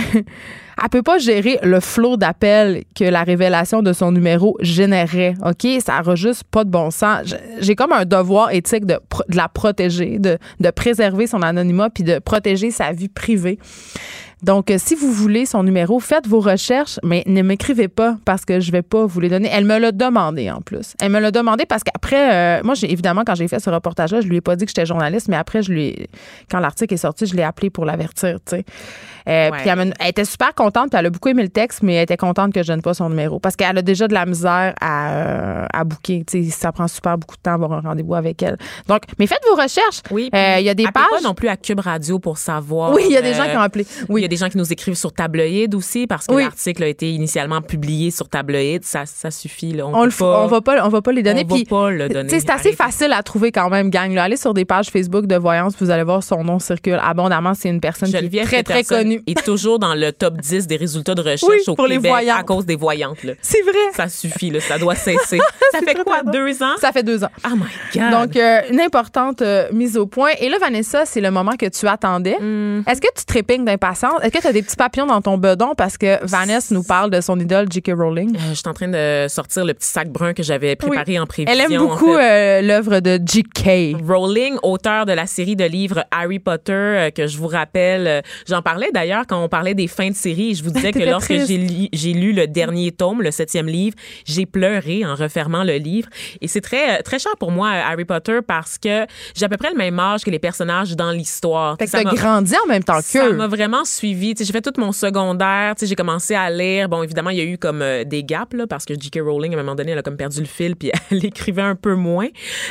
gérer le flot d'appels que la révélation de son numéro générait, OK? Ça n'aura juste pas de bon sens. J'ai comme un devoir éthique de la protéger, de préserver son anonymat puis de protéger sa vie privée. Donc, si vous voulez son numéro, faites vos recherches, mais ne m'écrivez pas parce que je vais pas vous les donner. Elle me l'a demandé en plus. Elle me l'a demandé parce qu'après, moi, évidemment, quand j'ai fait ce reportage-là, je lui ai pas dit que j'étais journaliste, mais après, quand l'article est sorti, je l'ai appelé pour l'avertir, tu sais. Puis elle était super contente, puis elle a beaucoup aimé le texte, mais elle était contente que je donne pas son numéro parce qu'elle a déjà de la misère à booker. Tu sais, ça prend super beaucoup de temps avoir un rendez-vous avec elle. Donc, mais faites vos recherches. Oui. Il y a des pages. Pas non plus à Cube Radio pour savoir. Oui, il y a des gens qui ont appelé. Oui. Il y a des gens qui nous écrivent sur Tabloïd aussi parce que l'article a été initialement publié sur Tabloïd. Ça suffit. Là. On va pas les donner. On va pas le donner. C'est assez facile à trouver quand même, gang. Là, allez sur des pages Facebook de voyance, vous allez voir son nom circule abondamment. C'est une personne qui est très, très connue. Est toujours dans le top 10 des résultats de recherche au Québec à cause des voyantes. Là. C'est vrai. Ça suffit. Là, ça doit cesser. Ça fait quoi, 2 ans? Ça fait 2 ans. Oh my God. Donc, une importante mise au point. Et là, Vanessa, c'est le moment que tu attendais. Est-ce que tu trépignes d'impatience? Est-ce que tu as des petits papillons dans ton bedon parce que Vanessa nous parle de son idole J.K. Rowling? Je suis en train de sortir le petit sac brun que j'avais préparé en prévision. Elle aime beaucoup l'œuvre de J.K. Rowling, auteur de la série de livres Harry Potter, que je vous rappelle. J'en parlais d'ailleurs quand on parlait des fins de série. Je vous disais que lorsque j'ai lu le dernier tome, le 7e livre, j'ai pleuré en refermant le livre. Et c'est très, très cher pour moi, Harry Potter, parce que j'ai à peu près le même âge que les personnages dans l'histoire. Fait que t'as grandi en même temps qu'eux. Ça m'a vraiment suivi. J'ai fait tout mon secondaire. J'ai commencé à lire. Bon, évidemment, il y a eu comme des gaps, là, parce que J.K. Rowling, à un moment donné, elle a comme perdu le fil puis elle écrivait un peu moins.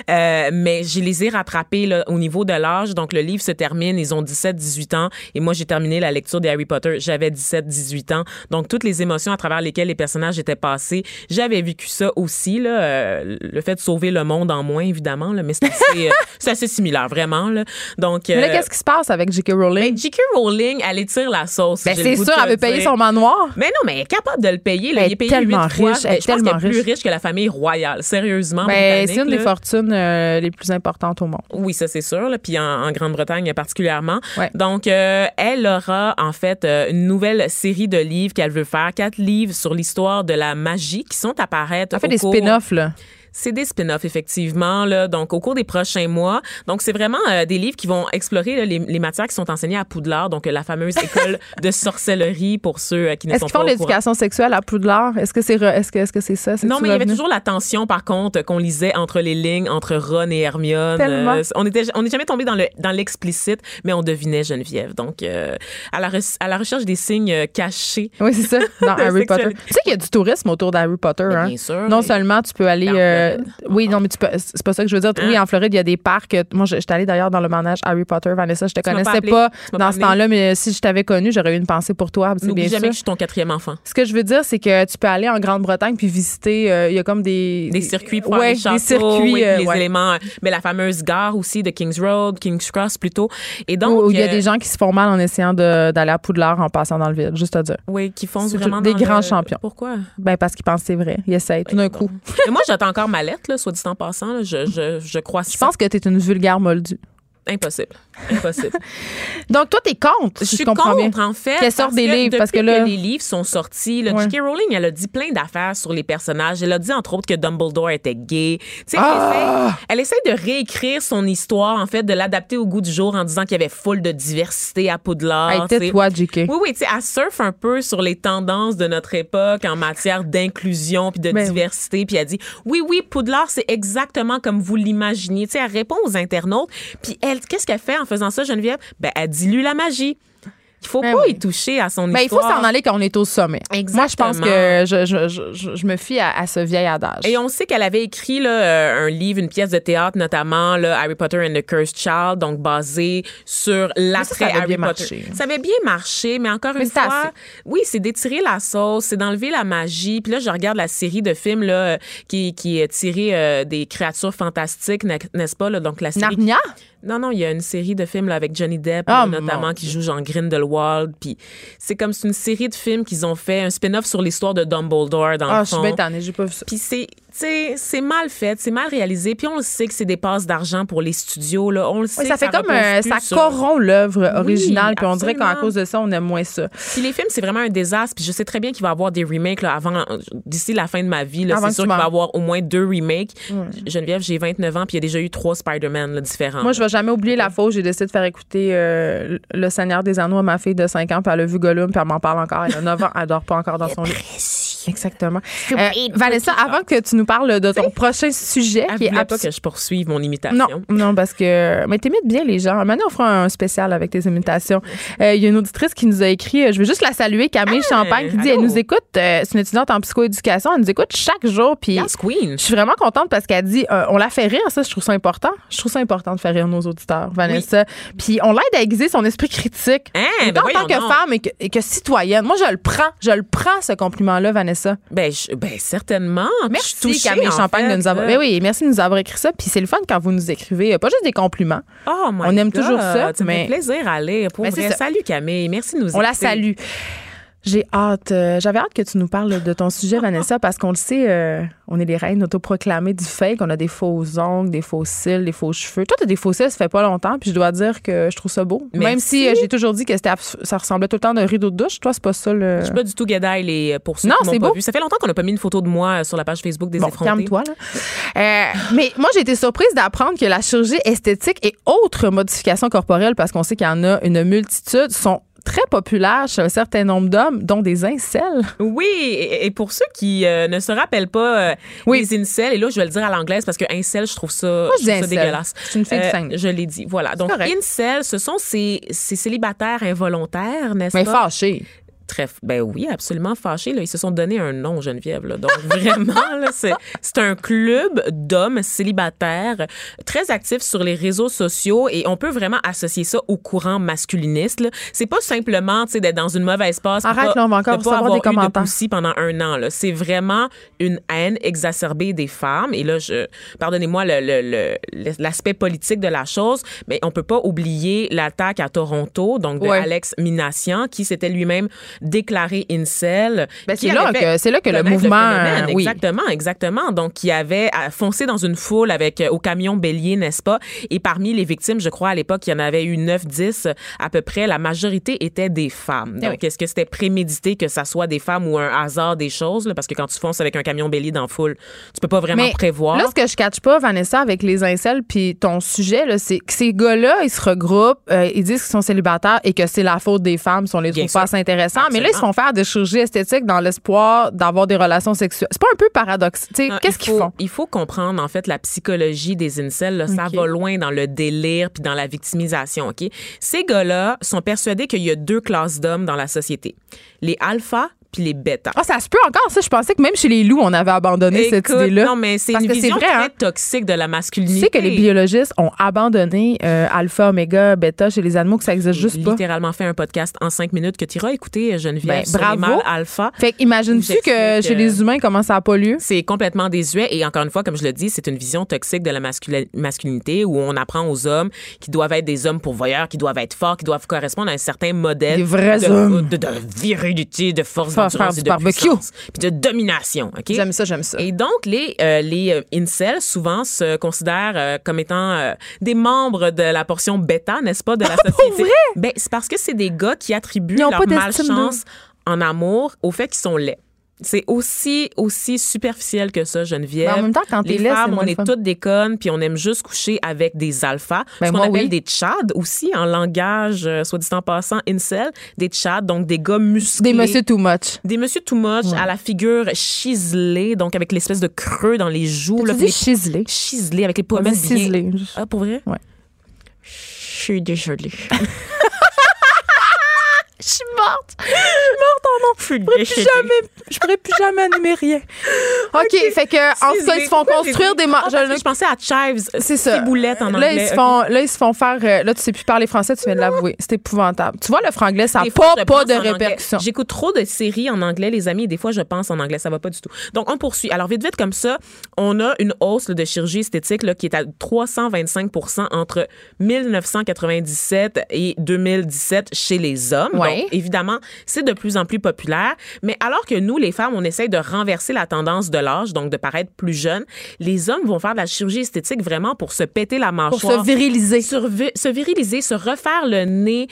Mais je les ai rattrapés là, au niveau de l'âge. Donc, le livre se termine. Ils ont 17-18 ans. Et moi, j'ai terminé la lecture des Harry Potter. J'avais 17-18 ans. Donc, toutes les émotions à travers lesquelles les personnages étaient passés, j'avais vécu ça aussi. Là, le fait de sauver le monde en moins, évidemment. Là, mais c'est assez similaire, vraiment. Là. Donc, mais là, qu'est-ce qui se passe avec J.K. Rowling? J.K. Rowling, elle étire la sauce. Ben, c'est sûr, elle veut payer son manoir. Mais non, mais elle est capable de le payer. Là. Elle est tellement riche. Je pense qu'elle est plus riche que la famille royale. Sérieusement. Ben, c'est une des fortunes les plus importantes au monde. Oui, ça, c'est sûr. Là. Puis en Grande-Bretagne particulièrement. Ouais. Donc, elle aura en fait une nouvelle série de livres qu'elle veut faire. 4 livres sur l'histoire de la magie qui sont à paraître. Elle fait des spin-offs, là. C'est des spin-offs, effectivement, là. Donc, au cours des prochains mois. Donc, c'est vraiment des livres qui vont explorer là, les matières qui sont enseignées à Poudlard. Donc, la fameuse école de sorcellerie pour ceux qui ne sont pas au courant. Est-ce qu'ils font l'éducation sexuelle à Poudlard? Est-ce que c'est ça? Non, mais il y avait toujours la tension, par contre, qu'on lisait entre les lignes, entre Ron et Hermione. On n'est jamais tombé dans l'explicite, mais on devinait Geneviève. Donc, à la recherche des signes cachés. Oui, c'est ça, dans Harry Potter. Tu sais qu'il y a du tourisme autour d'Harry Potter, hein? Bien sûr. Non seulement tu peux aller... oui, non, mais c'est pas ça que je veux dire. Oui, en Floride, il y a des parcs. Moi, j'étais allée d'ailleurs dans le manège Harry Potter. Vanessa, je te connaissais pas dans ce temps-là, mais si je t'avais connue, j'aurais eu une pensée pour toi. N'oublie jamais que je suis ton 4e enfant. Ce que je veux dire, c'est que tu peux aller en Grande-Bretagne puis visiter... il y a comme des circuits pour faire les châteaux, des circuits, les éléments... Mais la fameuse gare aussi de King's Road, King's Cross plutôt. Et donc... Où il y a des gens qui se font mal en essayant d'aller à Poudlard en passant dans le vide, juste à dire. Oui, qui font vraiment des grands champions. Pourquoi? Ben parce qu'ils pensent que c'est vrai. Ils essayent tout d'un coup. Et moi, j'attends encore ma lettre, là, soit dit en passant. Là. Je crois ça. Je pense que t'es une vulgaire moldue. Impossible. Donc, toi, t'es contre. Je suis contre, en fait. Qu'elle sort des livres. Parce que là, les livres sont sortis, J.K. Rowling, elle a dit plein d'affaires sur les personnages. Elle a dit, entre autres, que Dumbledore était gay. Tu sais, elle essaie de réécrire son histoire, en fait, de l'adapter au goût du jour en disant qu'il y avait full de diversité à Poudlard. Hey, tais-toi, J.K. Oui, tu sais, elle surfe un peu sur les tendances de notre époque en matière d'inclusion puis de diversité. Puis elle dit, oui, Poudlard, c'est exactement comme vous l'imaginiez. Tu sais, elle répond aux internautes. Puis elle, qu'est-ce qu'elle fait en faisant ça, Geneviève? Ben, elle dilue la magie. Il faut pas y toucher à son histoire. Il faut s'en aller quand on est au sommet. Exactement. Moi, je pense que je me fie à ce vieil adage. Et on sait qu'elle avait écrit là, un livre, une pièce de théâtre, notamment là, Harry Potter and the Cursed Child, donc basé sur l'après Harry Potter. Ça avait bien marché, mais encore une fois, oui, c'est d'étirer la sauce, c'est d'enlever la magie. Puis là, je regarde la série de films là, qui est tirée des créatures fantastiques, n'est-ce pas? Là, donc la série Narnia? Non, il y a une série de films là, avec Johnny Depp, notamment, qui joue Jean Grindelwald. Puis c'est comme c'est une série de films qu'ils ont fait, un spin-off sur l'histoire de Dumbledore, dans le fond. Je suis bien tannée, j'ai pas vu ça. Puis c'est mal fait, c'est mal réalisé. Puis on le sait que c'est des passes d'argent pour les studios. Là. On le sait. Ça fait comme ça corrompt l'œuvre originale. Puis on dirait qu'à cause de ça, on aime moins ça. Puis les films, c'est vraiment un désastre. Puis je sais très bien qu'il va y avoir des remakes là, d'ici la fin de ma vie. Là, c'est sûr qu'il va y avoir au moins 2 remakes. Geneviève, j'ai 29 ans, puis il y a déjà eu 3 Spider-Man là, différents. Moi, je vais jamais oublier la fois où j'ai décidé de faire écouter Le Seigneur des Anneaux à ma fille de 5 ans, puis elle a vu Gollum, puis elle m'en parle encore. Elle a 9 ans, elle dort pas encore dans son lit. Exactement. Vanessa, avant que tu nous parles de ton prochain sujet, qui est pas que je poursuive mon imitation. Non, parce que mais t'imites bien les gens. Maintenant, on fera un spécial avec tes imitations. Il y a une auditrice qui nous a écrit, je veux juste la saluer, Camille Champagne, qui dit, elle nous écoute, c'est une étudiante en psychoéducation, elle nous écoute chaque jour, puis yes, queen. Je suis vraiment contente parce qu'elle dit, on la fait rire, ça, je trouve ça important. Je trouve ça important de faire rire nos auditeurs, Vanessa. Puis on l'aide à aiguiser son esprit critique. En tant que femme et que citoyenne. Moi, je le prends, ce compliment-là, Vanessa. Ben certainement. Merci Camille Champagne de nous avoir. Merci de nous avoir écrit ça. Puis c'est le fun quand vous nous écrivez, pas juste des compliments. Oh my On aime God, toujours ça. Ça fait plaisir à lire. Pour vrai. Salut Camille, merci de nous écouter. On la salue. J'ai hâte. J'avais hâte que tu nous parles de ton sujet, Vanessa, parce qu'on le sait, on est les reines autoproclamées du fake. On a des faux ongles, des faux cils, des faux cheveux. Toi, t'as des faux cils, ça fait pas longtemps, puis je dois dire que je trouve ça beau. Merci. Même si j'ai toujours dit que ça ressemblait tout le temps d'un rideau de douche. Toi, c'est pas ça le... Je suis pas du tout guédaille pour ceux qui m'ont pas vu. Ça fait longtemps qu'on n'a pas mis une photo de moi sur la page Facebook des effrontés. Calme-toi, là. Mais moi, j'ai été surprise d'apprendre que la chirurgie esthétique et autres modifications corporelles, parce qu'on sait qu'il y en a une multitude, sont très populaire chez un certain nombre d'hommes, dont des incels. Oui, et pour ceux qui ne se rappellent pas des incels, et là, je vais le dire à l'anglaise parce que incel, je trouve ça dégueulasse. C'est une fille de scène. Je l'ai dit, voilà. Donc, incels, ce sont ces célibataires involontaires, n'est-ce pas? Mais fâchés. Ben oui, absolument fâchés. Là. Ils se sont donné un nom, Geneviève. Là. Donc, vraiment, là, c'est un club d'hommes célibataires très actifs sur les réseaux sociaux et on peut vraiment associer ça au courant masculiniste. Là. C'est pas simplement d'être dans une mauvaise passe. Arrête, là, on va encore recevoir des commentaires. De pendant 1 an. Là. C'est vraiment une haine exacerbée des femmes. Et là, pardonnez-moi l'aspect politique de la chose, mais on peut pas oublier l'attaque à Toronto, donc de Alex Minassian, qui s'était lui-même déclarés incel. C'est là que le mouvement... Oui. Exactement. Donc, qui avait foncé dans une foule au camion bélier, n'est-ce pas? Et parmi les victimes, je crois, à l'époque, il y en avait eu 9-10 à peu près. La majorité étaient des femmes. Donc, est-ce que c'était prémédité que ça soit des femmes ou un hasard des choses? Là? Parce que quand tu fonces avec un camion bélier dans la foule, tu peux pas vraiment prévoir. Là, ce que je catch pas, Vanessa, avec les incels, puis ton sujet, là, c'est que ces gars-là, ils se regroupent, ils disent qu'ils sont célibataires et que c'est la faute des femmes si on les trouve pas assez intéressants. Absolument. Mais là, ils se font faire des chirurgies esthétiques dans l'espoir d'avoir des relations sexuelles. C'est pas un peu paradoxal? Qu'est-ce qu'ils font? Il faut comprendre, en fait, la psychologie des incels. Là, ça va loin dans le délire puis dans la victimisation. OK? Ces gars-là sont persuadés qu'il y a 2 classes d'hommes dans la société. Les alphas puis les bêtas. Ah, ça se peut encore, ça. Je pensais que même chez les loups, on avait abandonné cette idée-là. Non, mais c'est une vision très toxique de la masculinité. Tu sais que les biologistes ont abandonné alpha, oméga, bêta chez les animaux, que ça existe juste pas. Littéralement fait un podcast en 5 minutes que tu iras écouter, Geneviève, sur les mâles alpha. Fait qu'imagines-tu que chez les humains, comment ça n'a pas lieu? C'est complètement désuet. Et encore une fois, comme je le dis, c'est une vision toxique de la masculinité où on apprend aux hommes qui doivent être des hommes pourvoyeurs, qui doivent être forts, qui doivent correspondre à un certain modèle de virilité, de force, faire du barbecue puis de domination. Okay? J'aime ça. Et donc, les incels, souvent, se considèrent comme étant des membres de la portion bêta, n'est-ce pas, de la société. Pour vrai? Ben, c'est parce que c'est des gars qui attribuent leur malchance en amour au fait qu'ils sont laids. C'est aussi superficiel que ça, Geneviève. Mais en même temps, quand t'es laid, femmes, on est toutes des connes, puis on aime juste coucher avec des alphas. Ce qu'on appelle des tchads aussi, en langage, soit dit en passant, incel. Des tchads, donc des gars musclés. Des monsieur too much. Des monsieur too much, à la figure chiselée, donc avec l'espèce de creux dans les joues. Tu dis chiselé? Chiselé, avec les pommettes bien... Ciselé. Ah, pour vrai? Ouais. Je suis désolée. Je suis morte, oh non. Je pourrais plus jamais animer rien. OK, fait que en tout cas, ils se font construire des je pensais à chives. C'est ça. Boulettes en anglais. Là, ils se font faire. Là, tu sais plus parler français, tu viens de l'avouer. C'est épouvantable. Tu vois, le franglais, ça n'a pas de répercussions. J'écoute trop de séries en anglais, les amis, et des fois, je pense en anglais. Ça va pas du tout. Donc, on poursuit. Alors, vite comme ça, on a une hausse de chirurgie esthétique là, qui est à 325% entre 1997 et 2017 chez les hommes. Ouais. Donc, évidemment, c'est de plus en plus populaire. Mais alors que nous, les femmes, on essaye de renverser la tendance de l'âge, donc de paraître plus jeunes, les hommes vont faire de la chirurgie esthétique vraiment pour se péter la mâchoire. Pour se viriliser. Se viriliser, se refaire le nez.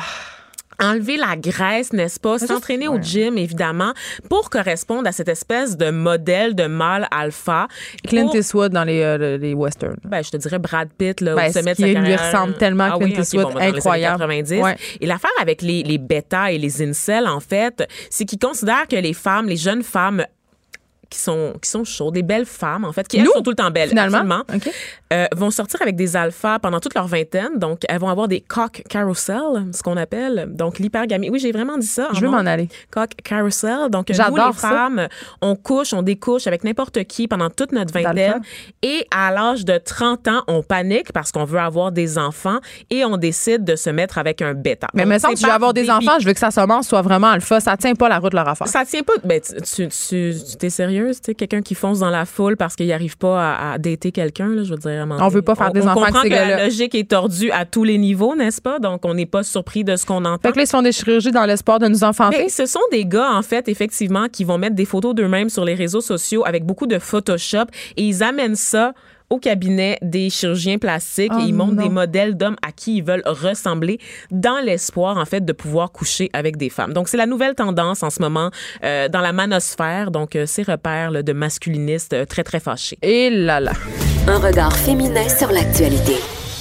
Enlever la graisse, n'est-ce pas? S'entraîner au gym, évidemment, pour correspondre à cette espèce de modèle de mâle alpha. Clint Eastwood dans les westerns. Ben, je te dirais Brad Pitt, là, au sommet de sa carrière. Lui ressemble tellement à Clint Eastwood. Incroyable. Dans les années 90. Ouais. Et l'affaire avec les bêtas et les incels, en fait, c'est qu'ils considèrent que les femmes, les jeunes femmes, qui sont chaudes, des belles femmes, en fait, qui elles sont tout le temps belles, finalement. Okay. Vont sortir avec des alphas pendant toute leur vingtaine. Donc, elles vont avoir des cock carousel, ce qu'on appelle. Donc, l'hypergamie. Oui, j'ai vraiment dit ça. Je veux m'en aller. Cock carousel. Donc, j'adore nous, les femmes, on découche avec n'importe qui pendant toute notre vingtaine. Et à l'âge de 30 ans, on panique parce qu'on veut avoir des enfants et on décide de se mettre avec un bêta. Mais maintenant, si je veux avoir des enfants, je veux que sa semence soit vraiment alpha. Ça tient pas la route de leur affaire. Ça tient pas. Ben, tu t'es sérieux? Tu sais, quelqu'un qui fonce dans la foule parce qu'il n'arrive pas à dater quelqu'un, là, je veux dire. On veut pas faire des enfants avec ces gars-là. On comprend que la logique est tordue à tous les niveaux, n'est-ce pas? Donc, on n'est pas surpris de ce qu'on entend. Fait que là, ils se font des chirurgies dans l'espoir de nous enfanter. Mais ce sont des gars, en fait, effectivement, qui vont mettre des photos d'eux-mêmes sur les réseaux sociaux avec beaucoup de Photoshop et ils amènent ça au cabinet des chirurgiens plastiques et ils montrent des modèles d'hommes à qui ils veulent ressembler dans l'espoir, en fait, de pouvoir coucher avec des femmes. Donc, c'est la nouvelle tendance en ce moment dans la manosphère. Donc, ces repères là, de masculinistes très, très fâchés. Et là là. Un regard féminin sur l'actualité.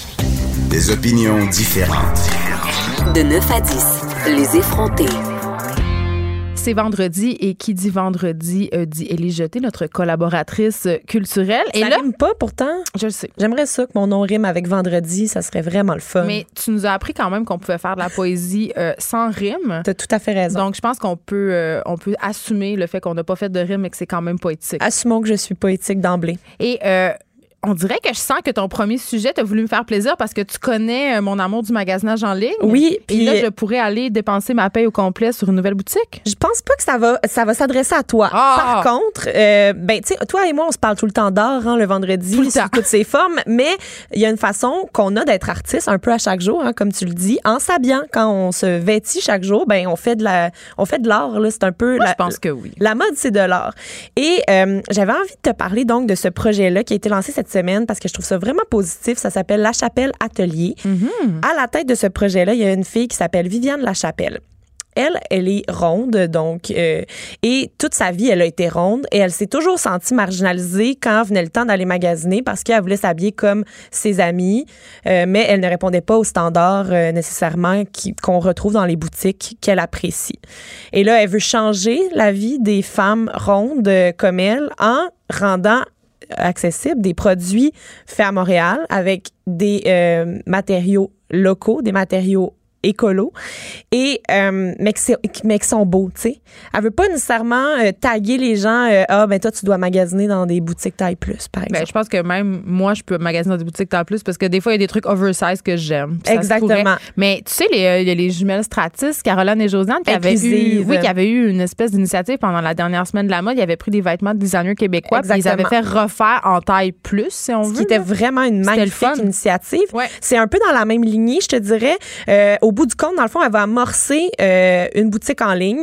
Des opinions différentes. De 9 à 10, les effrontés. C'est vendredi et qui dit vendredi dit Élie Jeté, notre collaboratrice culturelle. Ça rime pas pourtant. Je le sais. J'aimerais ça que mon nom rime avec vendredi, ça serait vraiment le fun. Mais tu nous as appris quand même qu'on pouvait faire de la poésie sans rime. T'as tout à fait raison. Donc je pense qu'on peut assumer le fait qu'on n'a pas fait de rime et que c'est quand même poétique. Assumons que je suis poétique d'emblée. Et on dirait que je sens que ton premier sujet, t'as voulu me faire plaisir parce que tu connais mon amour du magasinage en ligne. Oui. Puis là, je pourrais aller dépenser ma paye au complet sur une nouvelle boutique. Je pense pas que ça va s'adresser à toi. Par contre, tu sais, toi et moi, on se parle tout le temps d'art, le vendredi, sous toutes ses formes, mais il y a une façon qu'on a d'être artiste un peu à chaque jour, comme tu le dis, en s'habillant. Quand on se vêtit chaque jour, on fait de l'art, là. C'est un peu... Moi, je pense que oui. La mode, c'est de l'art. Et j'avais envie de te parler donc de ce projet-là qui a été lancé cette semaine parce que je trouve ça vraiment positif. Ça s'appelle La Chapelle Atelier. Mm-hmm. À la tête de ce projet-là, il y a une fille qui s'appelle Viviane La Chapelle. Elle est ronde, donc, et toute sa vie, elle a été ronde et elle s'est toujours sentie marginalisée quand venait le temps d'aller magasiner parce qu'elle voulait s'habiller comme ses amis, mais elle ne répondait pas aux standards nécessairement qu'on retrouve dans les boutiques qu'elle apprécie. Et là, elle veut changer la vie des femmes rondes comme elle en rendant accessible des produits faits à Montréal avec des matériaux locaux, des matériaux écolo et mais qui sont beaux, tu sais. Elle veut pas nécessairement taguer les gens toi tu dois magasiner dans des boutiques taille plus par exemple. Je pense que même moi je peux magasiner dans des boutiques taille plus parce que des fois il y a des trucs oversize que j'aime. Exactement. Mais tu sais il y a les jumelles Stratis, Caroline et Josiane qui avaient eu une espèce d'initiative pendant la dernière semaine de la mode, ils avaient pris des vêtements de designers québécois puis ils avaient fait refaire en taille plus si on veut. Ce qui était vraiment une magnifique initiative. Ouais. C'est un peu dans la même lignée, je te dirais. Au bout du compte, dans le fond, elle va amorcer une boutique en ligne.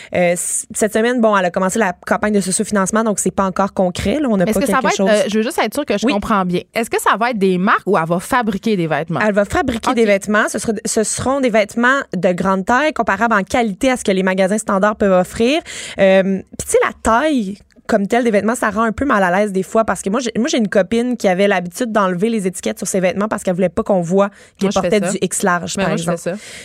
Cette semaine, elle a commencé la campagne de sociofinancement, donc c'est pas encore concret. Là, on n'a pas quelque chose. Je veux juste être sûre que je comprends bien. Est-ce que ça va être des marques ou elle va fabriquer des vêtements? Elle va fabriquer des vêtements. Ce seront des vêtements de grande taille, comparables en qualité à ce que les magasins standards peuvent offrir. Puis tu sais, la taille comme tel des vêtements, ça rend un peu mal à l'aise des fois parce que moi j'ai une copine qui avait l'habitude d'enlever les étiquettes sur ses vêtements parce qu'elle voulait pas qu'on voit qu'elle portait du X large, par exemple.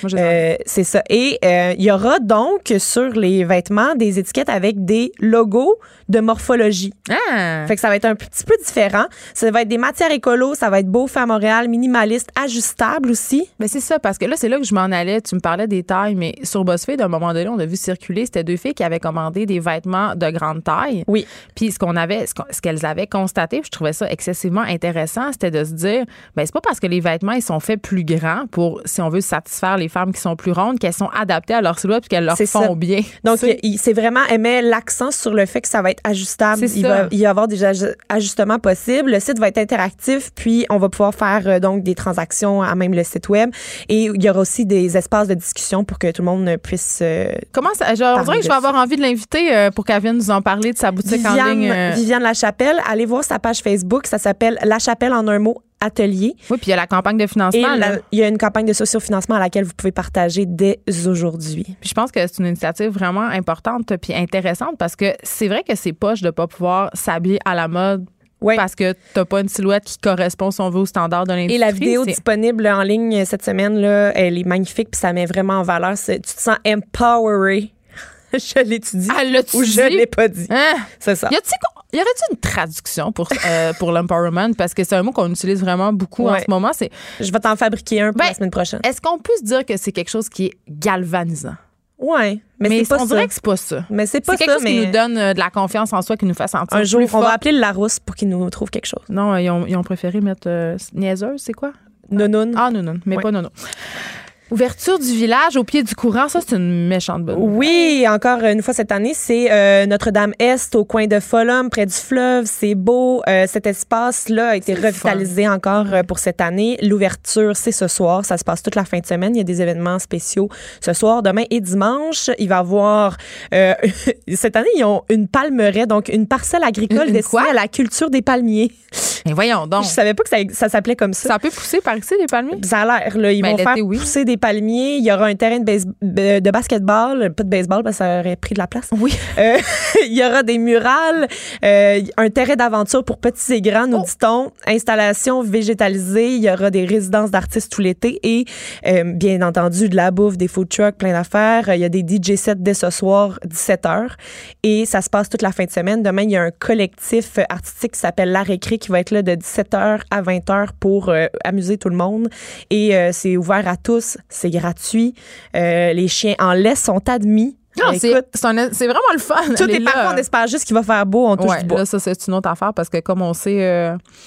C'est ça. Et il y aura donc sur les vêtements des étiquettes avec des logos de morphologie. Ah. Fait que ça va être un petit peu différent. Ça va être des matières écolo, ça va être beau fait à Montréal, minimaliste, ajustable aussi. Mais c'est ça, parce que là, c'est là que je m'en allais. Tu me parlais des tailles, mais sur BuzzFeed, à un moment donné, on a vu circuler, c'était 2 filles qui avaient commandé des vêtements de grande taille. Oui. Puis ce qu'elles avaient constaté, puis je trouvais ça excessivement intéressant, c'était de se dire, c'est pas parce que les vêtements, ils sont faits plus grands pour, si on veut satisfaire les femmes qui sont plus rondes, qu'elles sont adaptées à leur silhouette puis qu'elles leur font bien. Donc, c'est vraiment, elle met l'accent sur le fait que ça va être ajustable. Il va y avoir des ajustements possibles. Le site va être interactif, puis on va pouvoir faire donc des transactions à même le site web. Et il y aura aussi des espaces de discussion pour que tout le monde puisse. Comment ça? On dirait que je vais avoir envie de l'inviter pour qu'elle vienne nous en parler de sa boutique en ligne. Viviane La Chapelle, allez voir sa page Facebook. Ça s'appelle La Chapelle en un mot. Atelier. Oui, puis il y a la campagne de financement. Il y a une campagne de sociofinancement à laquelle vous pouvez partager dès aujourd'hui. Puis je pense que c'est une initiative vraiment importante puis intéressante parce que c'est vrai que c'est poche de pas pouvoir s'habiller à la mode. Oui. Parce que t'as pas une silhouette qui correspond, si on veut, aux standards de l'industrie. Et la vidéo disponible en ligne cette semaine, là, elle est magnifique puis ça met vraiment en valeur. Tu te sens empoweré. Je l'ai-tu dit? Elle l'a-tu ou dit? Je l'ai pas dit. Hein? C'est ça. Y aurait-il une traduction pour l'empowerment? Parce que c'est un mot qu'on utilise vraiment beaucoup en ce moment. Je vais t'en fabriquer un pour la semaine prochaine. Est-ce qu'on peut se dire que c'est quelque chose qui est galvanisant? Oui, mais c'est pas ça. On dirait que c'est pas ça. Mais c'est pas ça. C'est quelque chose qui nous donne de la confiance en soi, qui nous fait sentir un jour, plus fort. On va appeler le Larousse pour qu'il nous trouve quelque chose. Non, ils ont préféré mettre niaiseuse, c'est quoi? Nounoun. Ah, nounoun, mais pas nono. Ouverture du village au pied du courant, ça, c'est une méchante bonne. Oui, encore une fois cette année, c'est Notre-Dame-Est au coin de Folum, près du fleuve. C'est beau. Cet espace-là a été revitalisé encore pour cette année. L'ouverture, c'est ce soir. Ça se passe toute la fin de semaine. Il y a des événements spéciaux ce soir, demain et dimanche. Il va y avoir... cette année, ils ont une palmeraie, donc une parcelle agricole destinée à la culture des palmiers. Mais voyons donc. Je savais pas que ça s'appelait comme ça. Ça peut pousser par ici, des palmiers? Ça a l'air, là. Ils vont faire pousser des palmiers. Il y aura un terrain de basketball, pas de baseball parce que ça aurait pris de la place. Oui. Il y aura des murales, un terrain d'aventure pour petits et grands, nous dit-on, installation végétalisée. Il y aura des résidences d'artistes tout l'été et bien entendu de la bouffe, des food trucks, plein d'affaires. Il y a des DJ sets dès ce soir, 17h. Et ça se passe toute la fin de semaine. Demain, il y a un collectif artistique qui s'appelle La Récré qui va être là de 17h à 20h pour amuser tout le monde. Et c'est ouvert à tous. C'est gratuit. Les chiens en laisse sont admis. Non, c'est vraiment le fun. Tout est parfait. On espère juste qu'il va faire beau. On touche du bois. Là, ça, c'est une autre affaire parce que comme on sait...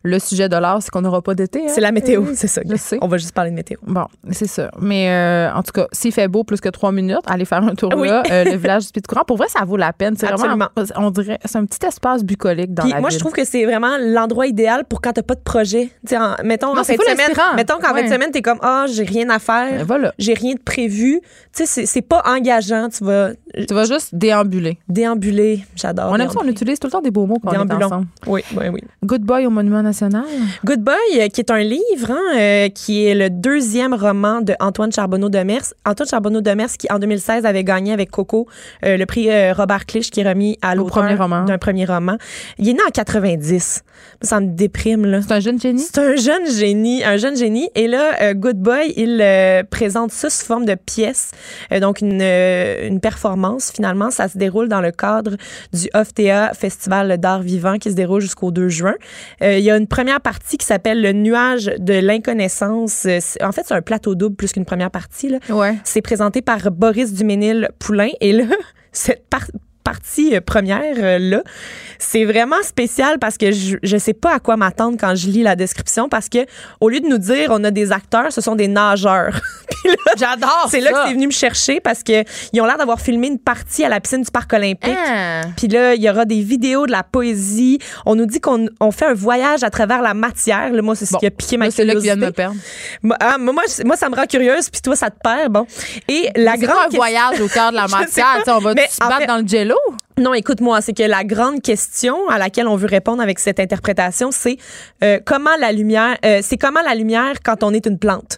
le sujet de l'heure, c'est qu'on n'aura pas d'été. Hein? C'est la météo, c'est ça. Je sais. On va juste parler de météo. Bon, c'est ça. Mais en tout cas, s'il fait beau plus que 3 minutes, allez faire un tour là. Le village du Pied-de-Courant, pour vrai, ça vaut la peine. C'est Absolument. Vraiment, on dirait, c'est un petit espace bucolique dans Puis la moi, ville. je trouve que c'est vraiment l'endroit idéal pour quand t'as pas de projet. Mettons qu'en fin de semaine, t'es comme, j'ai rien à faire. Ben voilà. J'ai rien de prévu. Tu sais, c'est pas engageant. Tu vas juste déambuler. Déambuler. J'adore. On aime ça, on utilise tout le temps des beaux mots quand on est ensemble. Oui. Good Boy au Monument National. Good Boy, qui est un livre, qui est le 2e roman de Antoine Charbonneau-Demers. Antoine Charbonneau-Demers, qui en 2016 avait gagné avec Coco le prix Robert Clich, qui est remis à l'auteur d'un premier roman. Il est né en 90. Ça me déprime, là. C'est un jeune génie? C'est un jeune génie. Et là, Good Boy, il présente ça sous forme de pièce. Donc, une performance, finalement. Ça se déroule dans le cadre du OFTEA Festival d'art vivant qui se déroule jusqu'au 2 juin. Il y a une première partie qui s'appelle Le nuage de l'inconnaissance. En fait, c'est un plateau double plus qu'une première partie, là. Ouais. C'est présenté par Boris Duménil-Poulain. Et là, cette partie première, là, c'est vraiment spécial parce que je sais pas à quoi m'attendre quand je lis la description parce que au lieu de nous dire on a des acteurs, ce sont des nageurs. Puis là, j'adore c'est ça. là que c'est venu me chercher parce que ils ont l'air d'avoir filmé une partie à la piscine du Parc olympique. Puis là, il y aura des vidéos de la poésie. On nous dit qu'on fait un voyage à travers la matière. Là, moi, c'est ce qui a piqué ma curiosité. C'est là que vient de me perdre. Moi, ça me rend curieuse, puis toi, ça te perd. Bon. Et la grande c'est pas un voyage au cœur de la matière. On va se battre dans le jello? Non, écoute-moi, c'est que la grande question à laquelle on veut répondre avec cette interprétation, c'est comment la lumière quand on est une plante.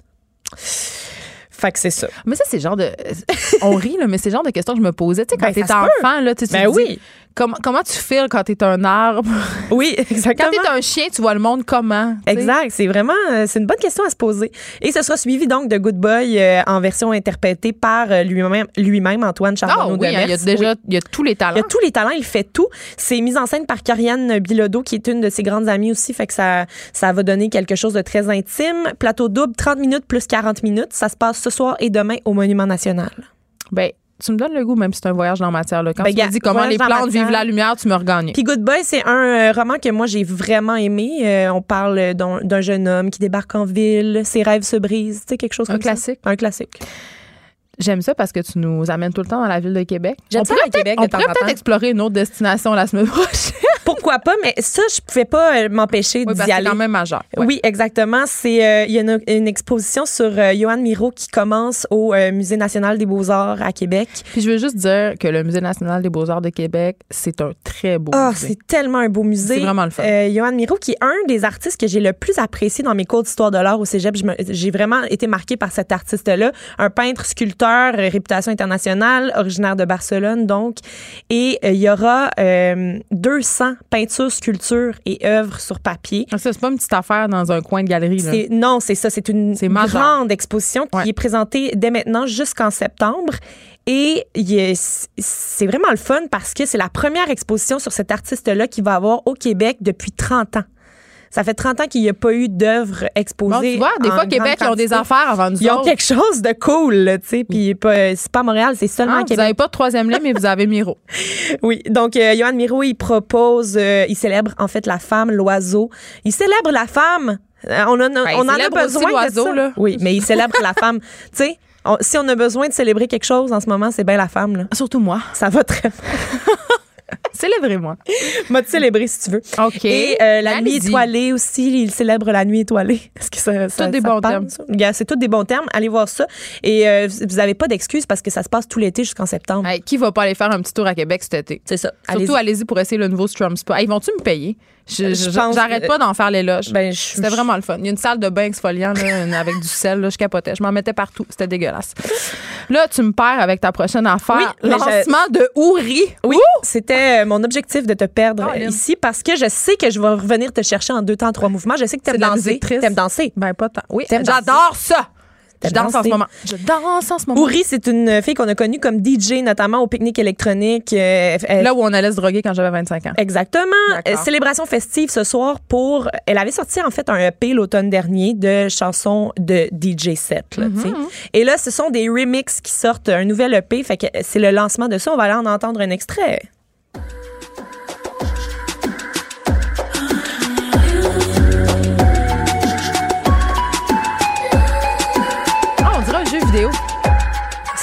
Fait que c'est ça. Mais ça, c'est le genre de... On rit, là, mais c'est le genre de questions que je me posais. Tu sais, quand t'es enfant, là, tu te dis... Oui. Comment tu files quand t'es un arbre? Oui, exactement. Quand t'es un chien, tu vois le monde comment? T'sais? Exact. C'est vraiment... c'est une bonne question à se poser. Et ce sera suivi donc de Good Boy en version interprétée par lui-même Antoine Charbonneau-Demers. Il y a tous les talents. Il y a tous les talents. Il fait tout. C'est mis en scène par Karianne Bilodeau, qui est une de ses grandes amies aussi. Fait que ça va donner quelque chose de très intime. Plateau double, 30 minutes plus 40 minutes. Ça se passe ce soir et demain au Monument National. Ben, tu me donnes le goût, même si c'est un voyage dans la matière. Là. Quand tu me dis comment les plantes vivent la lumière, tu me regagnes. Puis Good Boy, c'est un roman que moi, j'ai vraiment aimé. On parle d'un jeune homme qui débarque en ville, ses rêves se brisent. Tu sais, quelque chose comme classique. Ça. Un classique. J'aime ça parce que tu nous amènes tout le temps dans la ville de Québec. J'aime ça à Québec de temps en temps. On pourrait peut-être explorer une autre destination la semaine prochaine. Pourquoi pas, mais ça, je pouvais pas m'empêcher d'y aller. C'est quand même majeur. Ouais. Oui, exactement. Il y a une exposition sur Yoann Miro qui commence au Musée national des beaux-arts à Québec. Puis je veux juste dire que le Musée national des beaux-arts de Québec, c'est un très beau musée. C'est tellement un beau musée. C'est vraiment le fun. Yoann Miro, qui est un des artistes que j'ai le plus apprécié dans mes cours d'histoire de l'art au cégep. J'ai vraiment été marquée par cet artiste-là. Un peintre, sculpteur, réputation internationale, originaire de Barcelone, donc. Et il y aura 200 peintures, sculptures et œuvres sur papier. Ça, c'est pas une petite affaire dans un coin de galerie. Là. Non, c'est ça. C'est une grande exposition qui est présentée dès maintenant jusqu'en septembre. Et c'est vraiment le fun parce que c'est la première exposition sur cet artiste-là qu'il va avoir au Québec depuis 30 ans. Ça fait 30 ans qu'il n'y a pas eu d'œuvres exposées. Bon, tu vois, des fois, Québec, ils ont des affaires avant nous autres. Ils ont quelque chose de cool, tu sais. Puis c'est pas à Montréal, c'est seulement à Québec. Vous n'avez pas de troisième lien, mais vous avez Miro. Oui. Donc, Yoann Miro, il propose, il célèbre en fait la femme, l'oiseau. Il célèbre la femme. On en a besoin de ça. Là. Oui, mais il célèbre la femme. Tu sais, si on a besoin de célébrer quelque chose en ce moment, c'est bien la femme. Là. Surtout moi. Ça va très bien. Célébrez-moi. M'a te célébrer si tu veux. OK. Et la nuit étoilée aussi, il célèbre la nuit étoilée. Est-ce que ça tous des bons termes. C'est tous des bons termes. Allez voir ça. Et vous n'avez pas d'excuses parce que ça se passe tout l'été jusqu'en septembre. Hey, qui va pas aller faire un petit tour à Québec cet été? C'est ça. Surtout, allez-y pour essayer le nouveau Strum Spa. Hey, vont-tu me payer? J'arrête pas d'en faire l'éloge. C'était vraiment le fun. Il y a une salle de bain exfoliant là, avec du sel. Là, je capotais. Je m'en mettais partout. C'était dégueulasse. Là, tu me perds avec ta prochaine affaire. Oui, lancement de Ouri. Oui, c'était mon objectif de te perdre ici parce que je sais que je vais revenir te chercher en 2 temps, 3 mouvements. Je sais que t'aimes danser. T'aimes danser? Ben, pas tant. Oui, j'adore ça. Je danse en ce moment. Ouri, c'est une fille qu'on a connue comme DJ, notamment au pique-nique électronique. Là où on allait se droguer quand j'avais 25 ans. Exactement. Célébration festive ce soir pour... Elle avait sorti, en fait, un EP l'automne dernier de chansons de DJ set. Là, Et là, ce sont des remixes qui sortent, un nouvel EP. Fait que c'est le lancement de ça. On va aller en entendre un extrait.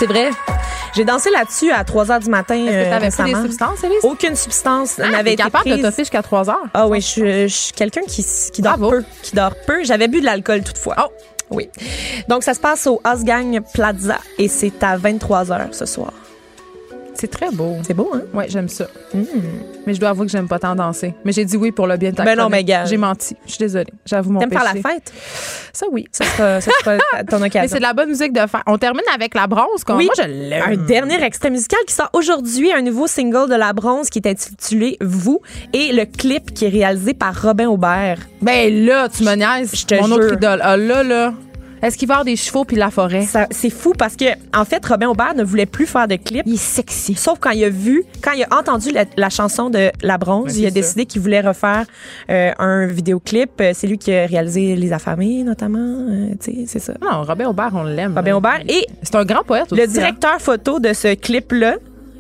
C'est vrai. J'ai dansé là-dessus à 3h du matin. Est-ce que t'avais pris des substances, Élise? Aucune substance n'avait été capable prise. de toffer jusqu'à 3h? Ah oui, je suis quelqu'un qui dort peu. Qui dort peu. J'avais bu de l'alcool toutefois. Oh! Oui. Donc, ça se passe au Osgang Plaza et c'est à 23h ce soir. C'est très beau. C'est beau, hein? Oui, j'aime ça. Mais je dois avouer que j'aime pas tant danser. Mais j'ai dit oui pour le bien de ta Ben non, chronique. mais gars. J'ai menti. Je suis désolée. J'avoue mon péché. T'aimes faire la fête? Ça, oui. Ça sera ton occasion. Mais c'est de la bonne musique de faire. On termine avec La Bronze. Oui. Moi, je l'aime. Un dernier extrait musical qui sort aujourd'hui, un nouveau single de La Bronze qui est intitulé Vous et le clip qui est réalisé par Robin Aubert. Ben là, tu me niaises. Je te Mon jure. autre idole. Ah là. Est-ce qu'il va y avoir des chevaux puis la forêt? C'est fou parce que, en fait, Robin Aubert ne voulait plus faire de clip. Il est sexy. Sauf quand il a entendu la chanson de La Bronze, il a décidé qu'il voulait refaire un vidéoclip. C'est lui qui a réalisé Les Affamés, notamment. Tu sais, c'est ça. Non, Robin Aubert, on l'aime. Robin Aubert. Et c'est un grand poète aussi. le directeur photo de ce clip-là,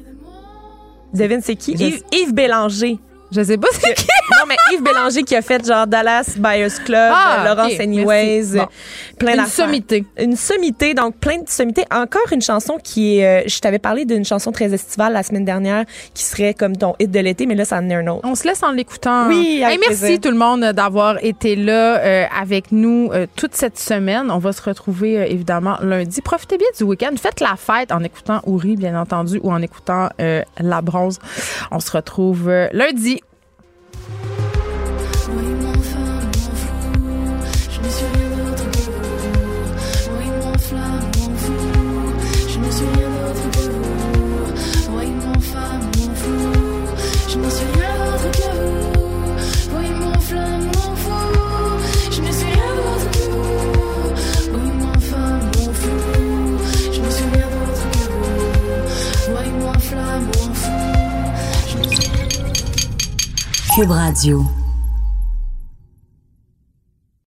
devine c'est qui? Yves Bélanger. Je sais pas c'est qui. Non, mais Yves Bélanger qui a fait genre Dallas Buyers Club, Laurence Anyways, bon. plein d'affaires. Une sommité, donc plein de sommités. Encore une chanson qui est... je t'avais parlé d'une chanson très estivale la semaine dernière qui serait comme ton hit de l'été, mais là, ça en est un autre. On se laisse en l'écoutant. Oui, avec merci plaisir. tout le monde d'avoir été là avec nous toute cette semaine. On va se retrouver évidemment lundi. Profitez bien du week-end. Faites la fête en écoutant Ouri, bien entendu, ou en écoutant La Bronze. On se retrouve lundi. Cube Radio.